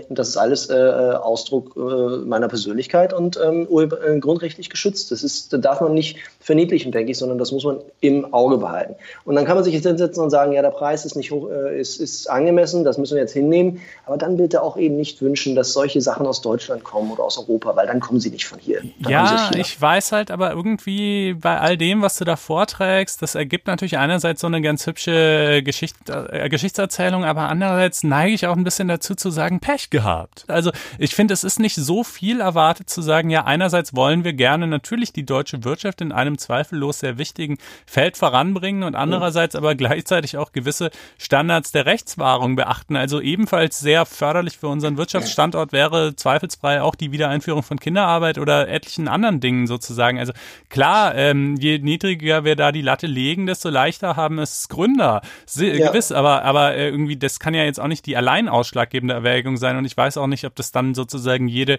Speaker 1: Ausdruck meiner Persönlichkeit und grundrechtlich geschützt. Das darf man nicht verniedlichen, denke ich, sondern das muss man im Auge behalten. Und dann kann man sich jetzt hinsetzen und sagen, ja, der Preis ist nicht hoch, ist angemessen, das müssen wir jetzt hinnehmen. Aber dann bitte auch eben nicht wünschen, dass solche Sachen aus Deutschland kommen oder aus Europa, weil dann kommen sie nicht von hier.
Speaker 3: Ja, ich weiß halt aber irgendwie bei all dem, was du da vorträgst, das ergibt natürlich einerseits so eine ganz hübsche Geschichtserzählung, aber andererseits neige ich auch ein bisschen dazu zu sagen, Pech gehabt. Also ich finde, es ist nicht so viel erwartet zu sagen, ja, einerseits wollen wir gerne natürlich die deutsche Wirtschaft in einem zweifellos sehr wichtigen Feld voranbringen und andererseits aber gleichzeitig auch gewisse Standards der Rechtswahrung beachten. Also ebenfalls sehr förderlich für unseren Wirtschaftsstandort wäre zweifelsfrei auch die Wiedereinführung von Kinderarbeit oder etlichen anderen Dingen sozusagen. Also klar, je niedriger wir da die Latte legen, desto leichter haben es Gründer. Gewiss, aber irgendwie, das kann ja jetzt auch nicht die allein ausschlaggebende Erwägung sein und ich weiß auch nicht, ob das dann sozusagen jede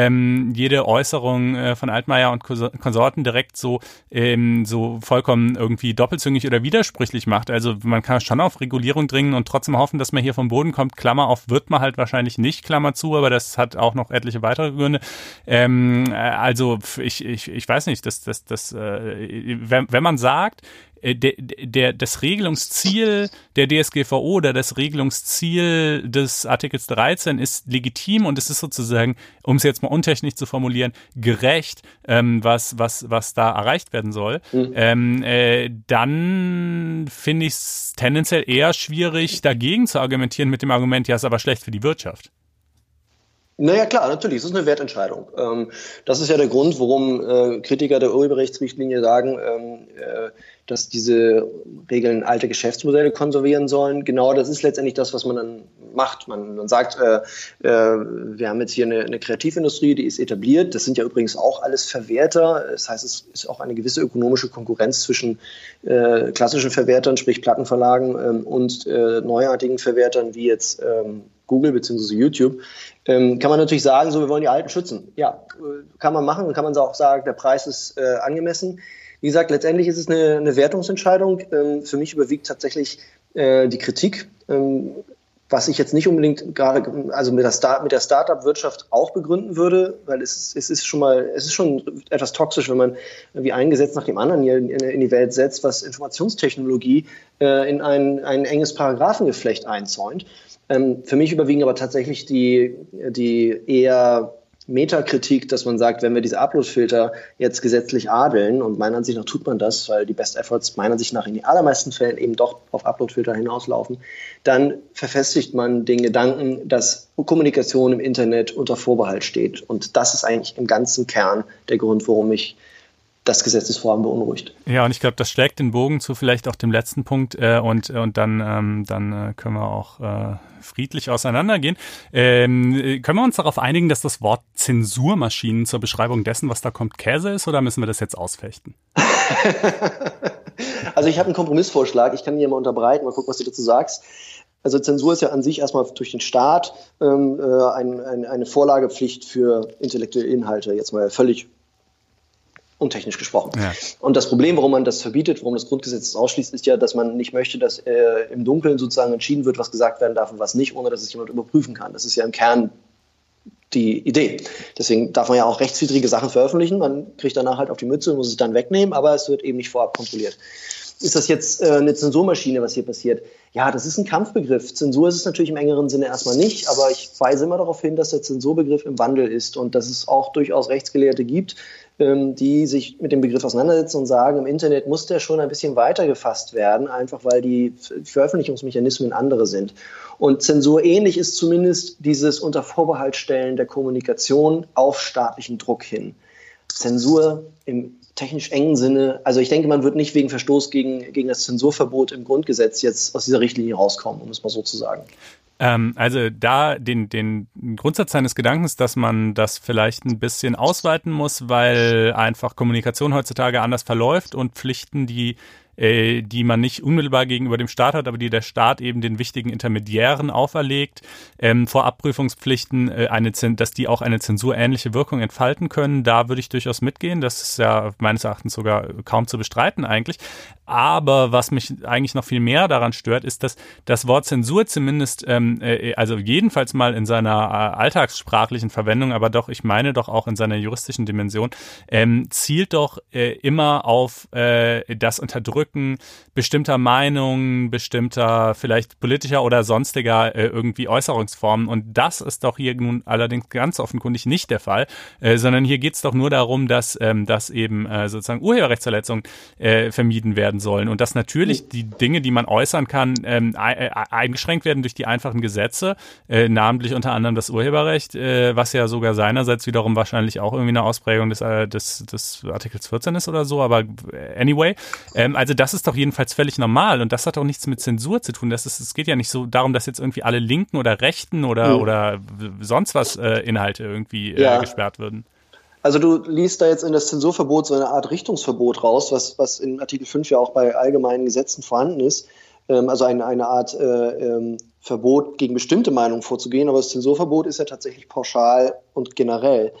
Speaker 3: Äußerung von Altmaier und Konsorten direkt so vollkommen irgendwie doppelzüngig oder widersprüchlich macht. Also man kann schon auf Regulierung dringen und trotzdem hoffen, dass man hier vom Boden kommt. Klammer auf, wird man halt wahrscheinlich nicht, Klammer zu, aber das hat auch noch etliche weitere Gründe. Also ich weiß nicht, wenn man sagt, das Regelungsziel der DSGVO oder das Regelungsziel des Artikels 13 ist legitim und es ist sozusagen, um es jetzt mal untechnisch zu formulieren, gerecht, was da erreicht werden soll, dann finde ich es tendenziell eher schwierig, dagegen zu argumentieren mit dem Argument, ja, ist aber schlecht für die Wirtschaft.
Speaker 1: Naja, klar, natürlich, es ist eine Wertentscheidung. Das ist ja der Grund, warum Kritiker der Urheberrechtsrichtlinie sagen, dass diese Regeln alte Geschäftsmodelle konservieren sollen. Genau, das ist letztendlich das, was man dann macht. Man sagt, wir haben jetzt hier eine Kreativindustrie, die ist etabliert. Das sind ja übrigens auch alles Verwerter. Das heißt, es ist auch eine gewisse ökonomische Konkurrenz zwischen klassischen Verwertern, sprich Plattenverlagen und neuartigen Verwertern wie jetzt Google bzw. YouTube. Kann man natürlich sagen, so, wir wollen die Alten schützen. Ja, kann man machen und kann man auch sagen, der Preis ist angemessen. Wie gesagt, letztendlich ist es eine Wertungsentscheidung. Für mich überwiegt tatsächlich die Kritik, was ich jetzt nicht unbedingt gerade, also mit der Start-up-Wirtschaft auch begründen würde, weil es ist schon etwas toxisch, wenn man wie ein Gesetz nach dem anderen hier in die Welt setzt, was Informationstechnologie in ein enges Paragraphengeflecht einzäunt. Für mich überwiegen aber tatsächlich die eher Metakritik, dass man sagt, wenn wir diese Upload-Filter jetzt gesetzlich adeln, und meiner Ansicht nach tut man das, weil die Best Efforts meiner Ansicht nach in den allermeisten Fällen eben doch auf Upload-Filter hinauslaufen, dann verfestigt man den Gedanken, dass Kommunikation im Internet unter Vorbehalt steht. Und das ist eigentlich im ganzen Kern der Grund, warum ich das Gesetzesvorhaben beunruhigt.
Speaker 3: Ja, und ich glaube, das schlägt den Bogen zu vielleicht auch dem letzten Punkt und dann können wir auch friedlich auseinandergehen. Können wir uns darauf einigen, dass das Wort Zensurmaschinen zur Beschreibung dessen, was da kommt, Käse ist, oder müssen wir das jetzt ausfechten?
Speaker 1: Also ich habe einen Kompromissvorschlag, ich kann ihn ja mal unterbreiten, mal gucken, was du dazu sagst. Also Zensur ist ja an sich erstmal durch den Staat eine Vorlagepflicht für intellektuelle Inhalte, jetzt mal völlig untechnisch gesprochen. Ja. Und das Problem, warum man das verbietet, warum das Grundgesetz das ausschließt, ist ja, dass man nicht möchte, dass im Dunkeln sozusagen entschieden wird, was gesagt werden darf und was nicht, ohne dass es jemand überprüfen kann. Das ist ja im Kern die Idee. Deswegen darf man ja auch rechtswidrige Sachen veröffentlichen. Man kriegt danach halt auf die Mütze und muss es dann wegnehmen, aber es wird eben nicht vorab kontrolliert. Ist das jetzt eine Zensurmaschine, was hier passiert? Ja, das ist ein Kampfbegriff. Zensur ist es natürlich im engeren Sinne erstmal nicht, aber ich weise immer darauf hin, dass der Zensurbegriff im Wandel ist und dass es auch durchaus Rechtsgelehrte gibt, die sich mit dem Begriff auseinandersetzen und sagen, im Internet muss der schon ein bisschen weiter gefasst werden, einfach weil die Veröffentlichungsmechanismen andere sind. Und zensurähnlich ist zumindest dieses Untervorbehaltstellen der Kommunikation auf staatlichen Druck hin. Zensur im technisch engen Sinne, also ich denke, man wird nicht wegen Verstoß gegen das Zensurverbot im Grundgesetz jetzt aus dieser Richtlinie rauskommen, um es mal so zu sagen.
Speaker 3: Also da den Grundsatz seines Gedankens, dass man das vielleicht ein bisschen ausweiten muss, weil einfach Kommunikation heutzutage anders verläuft und Pflichten, die man nicht unmittelbar gegenüber dem Staat hat, aber die der Staat eben den wichtigen Intermediären auferlegt, vor Abprüfungspflichten, dass die auch eine zensurähnliche Wirkung entfalten können. Da würde ich durchaus mitgehen. Das ist ja meines Erachtens sogar kaum zu bestreiten eigentlich. Aber was mich eigentlich noch viel mehr daran stört, ist, dass das Wort Zensur zumindest, also jedenfalls mal in seiner alltagssprachlichen Verwendung, aber doch, ich meine doch auch in seiner juristischen Dimension, zielt doch immer auf das Unterdrücken bestimmter Meinungen, bestimmter vielleicht politischer oder sonstiger irgendwie Äußerungsformen. Und das ist doch hier nun allerdings ganz offenkundig nicht der Fall, sondern hier geht es doch nur darum, dass eben sozusagen Urheberrechtsverletzungen vermieden werden sollen und dass natürlich die Dinge, die man äußern kann, eingeschränkt werden durch die einfachen Gesetze, namentlich unter anderem das Urheberrecht, was ja sogar seinerseits wiederum wahrscheinlich auch irgendwie eine Ausprägung des Artikels 14 ist oder so, aber anyway, also das ist doch jedenfalls völlig normal und das hat auch nichts mit Zensur zu tun. Es geht ja nicht so darum, dass jetzt irgendwie alle linken oder rechten oder sonst was Inhalte irgendwie gesperrt würden.
Speaker 1: Also du liest da jetzt in das Zensurverbot so eine Art Richtungsverbot raus, was in Artikel 5 ja auch bei allgemeinen Gesetzen vorhanden ist. Also eine Art Verbot, gegen bestimmte Meinungen vorzugehen, aber das Zensurverbot ist ja tatsächlich pauschal und generell.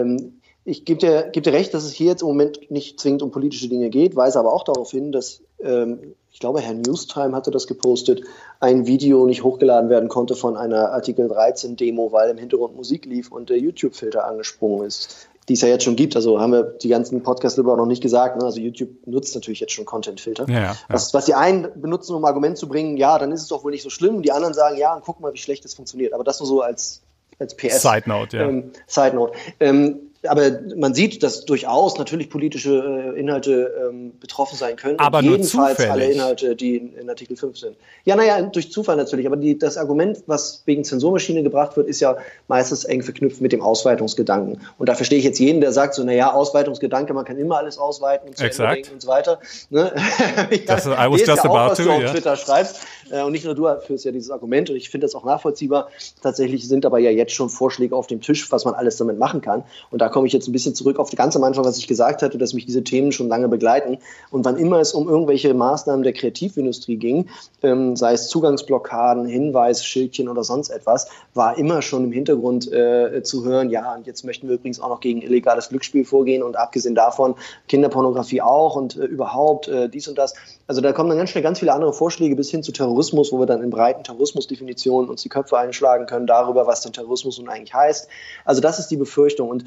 Speaker 1: Ich gebe dir recht, dass es hier jetzt im Moment nicht zwingend um politische Dinge geht, weise aber auch darauf hin, dass, ich glaube, Herr Newstime hatte das gepostet, ein Video nicht hochgeladen werden konnte von einer Artikel 13 Demo, weil im Hintergrund Musik lief und der YouTube-Filter angesprungen ist, die es ja jetzt schon gibt. Also haben wir die ganzen Podcasts auch noch nicht gesagt. Ne? Also YouTube nutzt natürlich jetzt schon Content-Filter. Ja. Was die einen benutzen, um ein Argument zu bringen, ja, dann ist es doch wohl nicht so schlimm. Und die anderen sagen, ja, und guck mal, wie schlecht das funktioniert. Aber das nur so als PS.
Speaker 3: Side Note, ja.
Speaker 1: Side Note. Aber man sieht, dass durchaus natürlich politische Inhalte betroffen sein können.
Speaker 3: Aber
Speaker 1: jedenfalls
Speaker 3: nur
Speaker 1: alle Inhalte, die in Artikel 5 sind. Ja, naja, durch Zufall natürlich. Aber das Argument, was wegen Zensurmaschine gebracht wird, ist ja meistens eng verknüpft mit dem Ausweitungsgedanken. Und da verstehe ich jetzt jeden, der sagt so, naja, Ausweitungsgedanke, man kann immer alles ausweiten und zu Ende denken und so weiter. Ne?
Speaker 3: Das I was just about to,
Speaker 1: was du auf Twitter schreibst. Und nicht nur du führst ja dieses Argument und ich finde das auch nachvollziehbar. Tatsächlich sind aber ja jetzt schon Vorschläge auf dem Tisch, was man alles damit machen kann. Und da komme ich jetzt ein bisschen zurück auf ganz am Anfang, was ich gesagt hatte, dass mich diese Themen schon lange begleiten. Und wann immer es um irgendwelche Maßnahmen der Kreativindustrie ging, sei es Zugangsblockaden, Hinweisschildchen oder sonst etwas, war immer schon im Hintergrund zu hören, ja, und jetzt möchten wir übrigens auch noch gegen illegales Glücksspiel vorgehen und abgesehen davon Kinderpornografie auch und überhaupt dies und das. Also da kommen dann ganz schnell ganz viele andere Vorschläge bis hin zu Terrorismus, wo wir dann in breiten Terrorismusdefinitionen uns die Köpfe einschlagen können darüber, was denn Terrorismus nun eigentlich heißt. Also das ist die Befürchtung und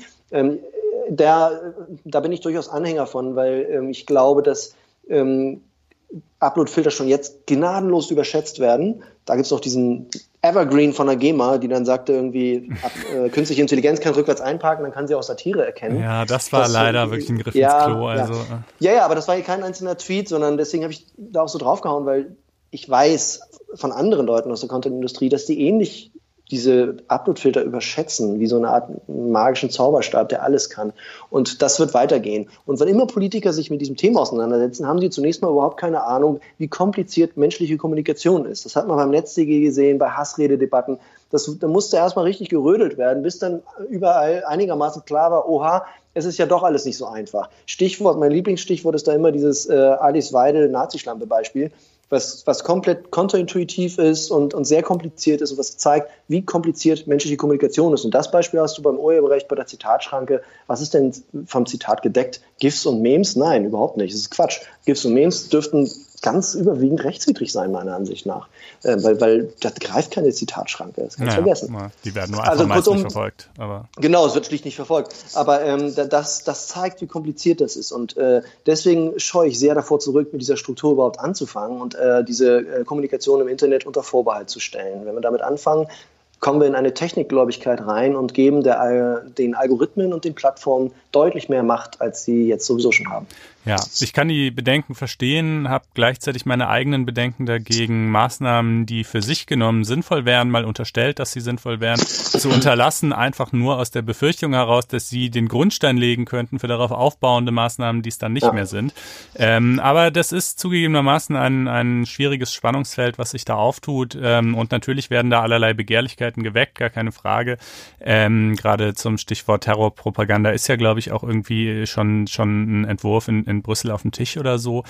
Speaker 1: da bin ich durchaus Anhänger von, weil ich glaube, dass Upload-Filter schon jetzt gnadenlos überschätzt werden. Da gibt es noch diesen Evergreen von der GEMA, die dann sagte irgendwie, künstliche Intelligenz kann rückwärts einparken, dann kann sie auch Satire erkennen.
Speaker 3: Ja, das war leider wirklich ein Griff ins Klo. Also.
Speaker 1: Ja, aber das war hier kein einzelner Tweet, sondern deswegen habe ich da auch so draufgehauen, weil ich weiß von anderen Leuten aus der Content-Industrie, dass die ähnlich diese Uploadfilter überschätzen, wie so eine Art magischen Zauberstab, der alles kann. Und das wird weitergehen. Und wenn immer Politiker sich mit diesem Thema auseinandersetzen, haben sie zunächst mal überhaupt keine Ahnung, wie kompliziert menschliche Kommunikation ist. Das hat man beim NetzDG gesehen, bei Hassrededebatten. Da musste erstmal richtig gerödelt werden, bis dann überall einigermaßen klar war, oha, es ist ja doch alles nicht so einfach. Stichwort, mein Lieblingsstichwort ist da immer dieses Alice Weidel-Nazischlampe-Beispiel, was komplett kontraintuitiv ist und sehr kompliziert ist und was zeigt, wie kompliziert menschliche Kommunikation ist. Und das Beispiel hast du beim Urheberrecht bei der Zitatschranke. Was ist denn vom Zitat gedeckt? GIFs und Memes? Nein, überhaupt nicht. Das ist Quatsch. GIFs und Memes dürften ganz überwiegend rechtswidrig sein, meiner Ansicht nach. Weil das greift keine Zitatschranke. Das kannst du vergessen.
Speaker 3: Die werden nur einfach meist nicht verfolgt. Aber
Speaker 1: genau, es wird schlicht nicht verfolgt. Aber das zeigt, wie kompliziert das ist. Und deswegen scheue ich sehr davor zurück, mit dieser Struktur überhaupt anzufangen und diese Kommunikation im Internet unter Vorbehalt zu stellen. Wenn wir damit anfangen, kommen wir in eine Technikgläubigkeit rein und geben den Algorithmen und den Plattformen deutlich mehr Macht, als sie jetzt sowieso schon haben.
Speaker 3: Ja, ich kann die Bedenken verstehen, habe gleichzeitig meine eigenen Bedenken dagegen, Maßnahmen, die für sich genommen sinnvoll wären, mal unterstellt, dass sie sinnvoll wären, zu unterlassen, einfach nur aus der Befürchtung heraus, dass sie den Grundstein legen könnten für darauf aufbauende Maßnahmen, die es dann nicht mehr sind. Aber das ist zugegebenermaßen ein schwieriges Spannungsfeld, was sich da auftut, und natürlich werden da allerlei Begehrlichkeiten geweckt, gar keine Frage. Gerade zum Stichwort Terrorpropaganda ist ja, glaube ich, auch irgendwie schon ein Entwurf in Brüssel auf dem Tisch oder so.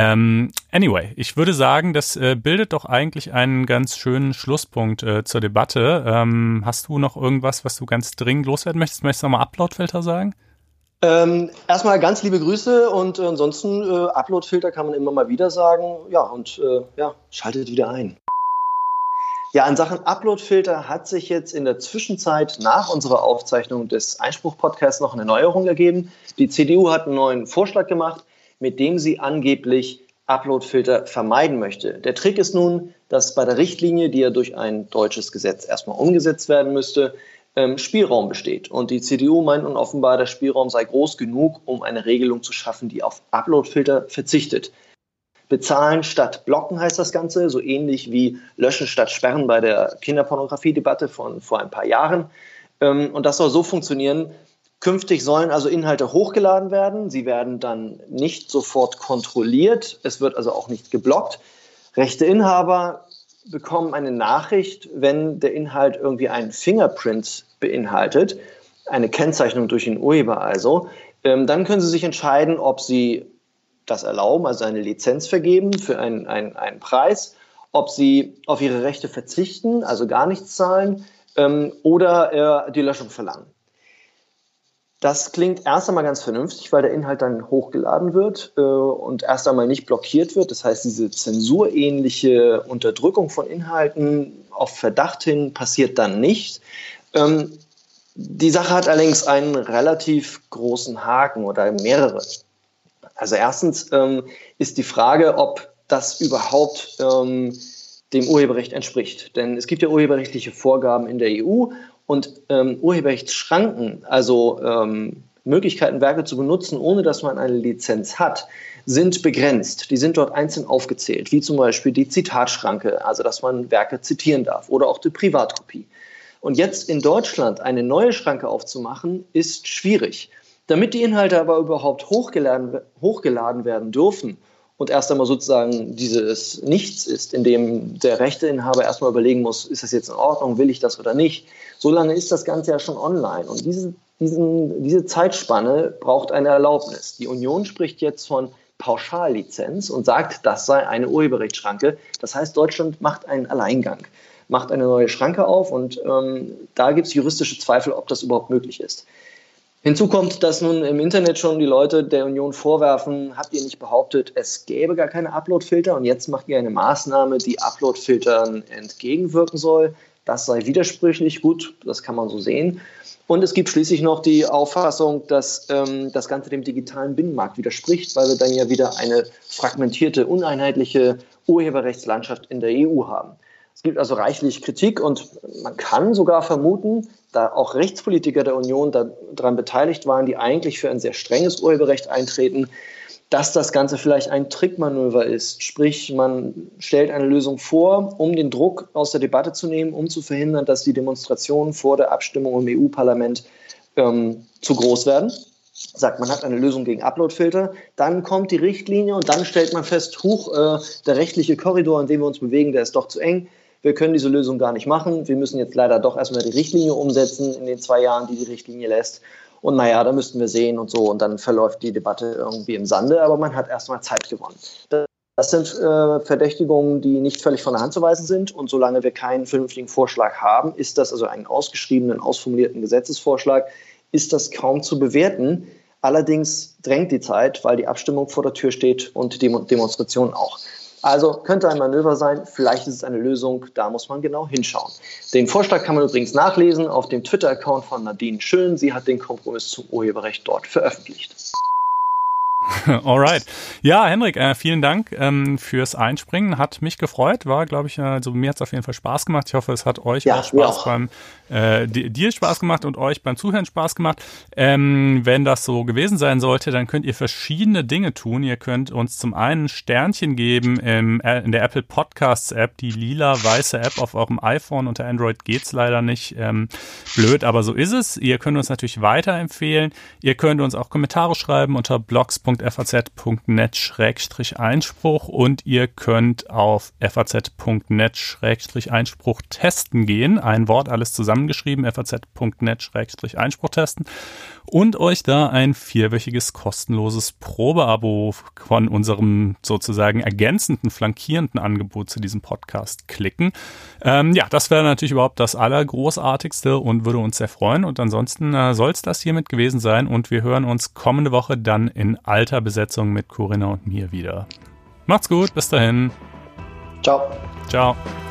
Speaker 3: Anyway, ich würde sagen, das bildet doch eigentlich einen ganz schönen Schlusspunkt zur Debatte. Hast du noch irgendwas, was du ganz dringend loswerden möchtest? Möchtest du nochmal Uploadfilter sagen?
Speaker 1: Erstmal ganz liebe Grüße und ansonsten Uploadfilter kann man immer mal wieder sagen. Ja, und schaltet wieder ein. Ja, in Sachen Uploadfilter hat sich jetzt in der Zwischenzeit nach unserer Aufzeichnung des Einspruch-Podcasts noch eine Neuerung ergeben. Die CDU hat einen neuen Vorschlag gemacht, mit dem sie angeblich Uploadfilter vermeiden möchte. Der Trick ist nun, dass bei der Richtlinie, die ja durch ein deutsches Gesetz erstmal umgesetzt werden müsste, Spielraum besteht. Und die CDU meint nun offenbar, der Spielraum sei groß genug, um eine Regelung zu schaffen, die auf Uploadfilter verzichtet. Bezahlen statt blocken heißt das Ganze, so ähnlich wie löschen statt sperren bei der Kinderpornografie-Debatte von vor ein paar Jahren. Und das soll so funktionieren. Künftig sollen also Inhalte hochgeladen werden. Sie werden dann nicht sofort kontrolliert. Es wird also auch nicht geblockt. Rechteinhaber bekommen eine Nachricht, wenn der Inhalt irgendwie einen Fingerprint beinhaltet, eine Kennzeichnung durch den Urheber also. Dann können sie sich entscheiden, ob sie das erlauben, also eine Lizenz vergeben für einen Preis, ob sie auf ihre Rechte verzichten, also gar nichts zahlen, oder die Löschung verlangen. Das klingt erst einmal ganz vernünftig, weil der Inhalt dann hochgeladen wird und erst einmal nicht blockiert wird. Das heißt, diese zensurähnliche Unterdrückung von Inhalten auf Verdacht hin passiert dann nicht. Die Sache hat allerdings einen relativ großen Haken oder mehrere. Also erstens ist die Frage, ob das überhaupt dem Urheberrecht entspricht. Denn es gibt ja urheberrechtliche Vorgaben in der EU und Urheberrechtsschranken, also Möglichkeiten, Werke zu benutzen, ohne dass man eine Lizenz hat, sind begrenzt. Die sind dort einzeln aufgezählt, wie zum Beispiel die Zitatschranke, also dass man Werke zitieren darf, oder auch die Privatkopie. Und jetzt in Deutschland eine neue Schranke aufzumachen, ist schwierig. Damit die Inhalte aber überhaupt hochgeladen werden dürfen und erst einmal sozusagen dieses Nichts ist, in dem der Rechteinhaber erstmal überlegen muss, ist das jetzt in Ordnung, will ich das oder nicht, solange ist das Ganze ja schon online. Und diese Zeitspanne braucht eine Erlaubnis. Die Union spricht jetzt von Pauschallizenz und sagt, das sei eine Urheberrechtsschranke. Das heißt, Deutschland macht einen Alleingang, macht eine neue Schranke auf und da gibt es juristische Zweifel, ob das überhaupt möglich ist. Hinzu kommt, dass nun im Internet schon die Leute der Union vorwerfen, habt ihr nicht behauptet, es gäbe gar keine Uploadfilter und jetzt macht ihr eine Maßnahme, die Uploadfiltern entgegenwirken soll. Das sei widersprüchlich, gut, das kann man so sehen. Und es gibt schließlich noch die Auffassung, dass das Ganze dem digitalen Binnenmarkt widerspricht, weil wir dann ja wieder eine fragmentierte, uneinheitliche Urheberrechtslandschaft in der EU haben. Es gibt also reichlich Kritik und man kann sogar vermuten, da auch Rechtspolitiker der Union daran beteiligt waren, die eigentlich für ein sehr strenges Urheberrecht eintreten, dass das Ganze vielleicht ein Trickmanöver ist. Sprich, man stellt eine Lösung vor, um den Druck aus der Debatte zu nehmen, um zu verhindern, dass die Demonstrationen vor der Abstimmung im EU-Parlament zu groß werden. Sagt, man hat eine Lösung gegen Uploadfilter, dann kommt die Richtlinie und dann stellt man fest, der rechtliche Korridor, in dem wir uns bewegen, der ist doch zu eng. Wir können diese Lösung gar nicht machen. Wir müssen jetzt leider doch erstmal die Richtlinie umsetzen in den 2 Jahren, die Richtlinie lässt. Und naja, da müssten wir sehen und so. Und dann verläuft die Debatte irgendwie im Sande, aber man hat erstmal Zeit gewonnen. Das sind Verdächtigungen, die nicht völlig von der Hand zu weisen sind. Und solange wir keinen vernünftigen Vorschlag haben, ist das also einen ausgeschriebenen, ausformulierten Gesetzesvorschlag, ist das kaum zu bewerten. Allerdings drängt die Zeit, weil die Abstimmung vor der Tür steht und die Demonstration auch. Also könnte ein Manöver sein, vielleicht ist es eine Lösung, da muss man genau hinschauen. Den Vorschlag kann man übrigens nachlesen auf dem Twitter-Account von Nadine Schön. Sie hat den Kompromiss zum Urheberrecht dort veröffentlicht.
Speaker 3: Alright. Ja, Henrik, vielen Dank fürs Einspringen. Hat mich gefreut, war, glaube ich, also mir hat es auf jeden Fall Spaß gemacht. Ich hoffe, es hat euch auch Spaß dir Spaß gemacht und euch beim Zuhören Spaß gemacht. Wenn das so gewesen sein sollte, dann könnt ihr verschiedene Dinge tun. Ihr könnt uns zum einen Sternchen geben in der Apple Podcasts App, die lila-weiße App auf eurem iPhone. Unter Android geht's leider nicht. Blöd, aber so ist es. Ihr könnt uns natürlich weiterempfehlen. Ihr könnt uns auch Kommentare schreiben unter blogs.faz.net/Einspruch und ihr könnt auf faz.net/Einspruch testen gehen. Ein Wort, alles zusammengeschrieben, faz.net/Einspruch testen und euch da ein 4-wöchiges kostenloses Probeabo von unserem sozusagen ergänzenden, flankierenden Angebot zu diesem Podcast klicken. Ja, das wäre natürlich überhaupt das Allergroßartigste und würde uns sehr freuen. Und ansonsten soll es das hiermit gewesen sein und wir hören uns kommende Woche dann in alter Besetzung mit Corinna und mir wieder. Macht's gut, bis dahin.
Speaker 1: Ciao.
Speaker 3: Ciao.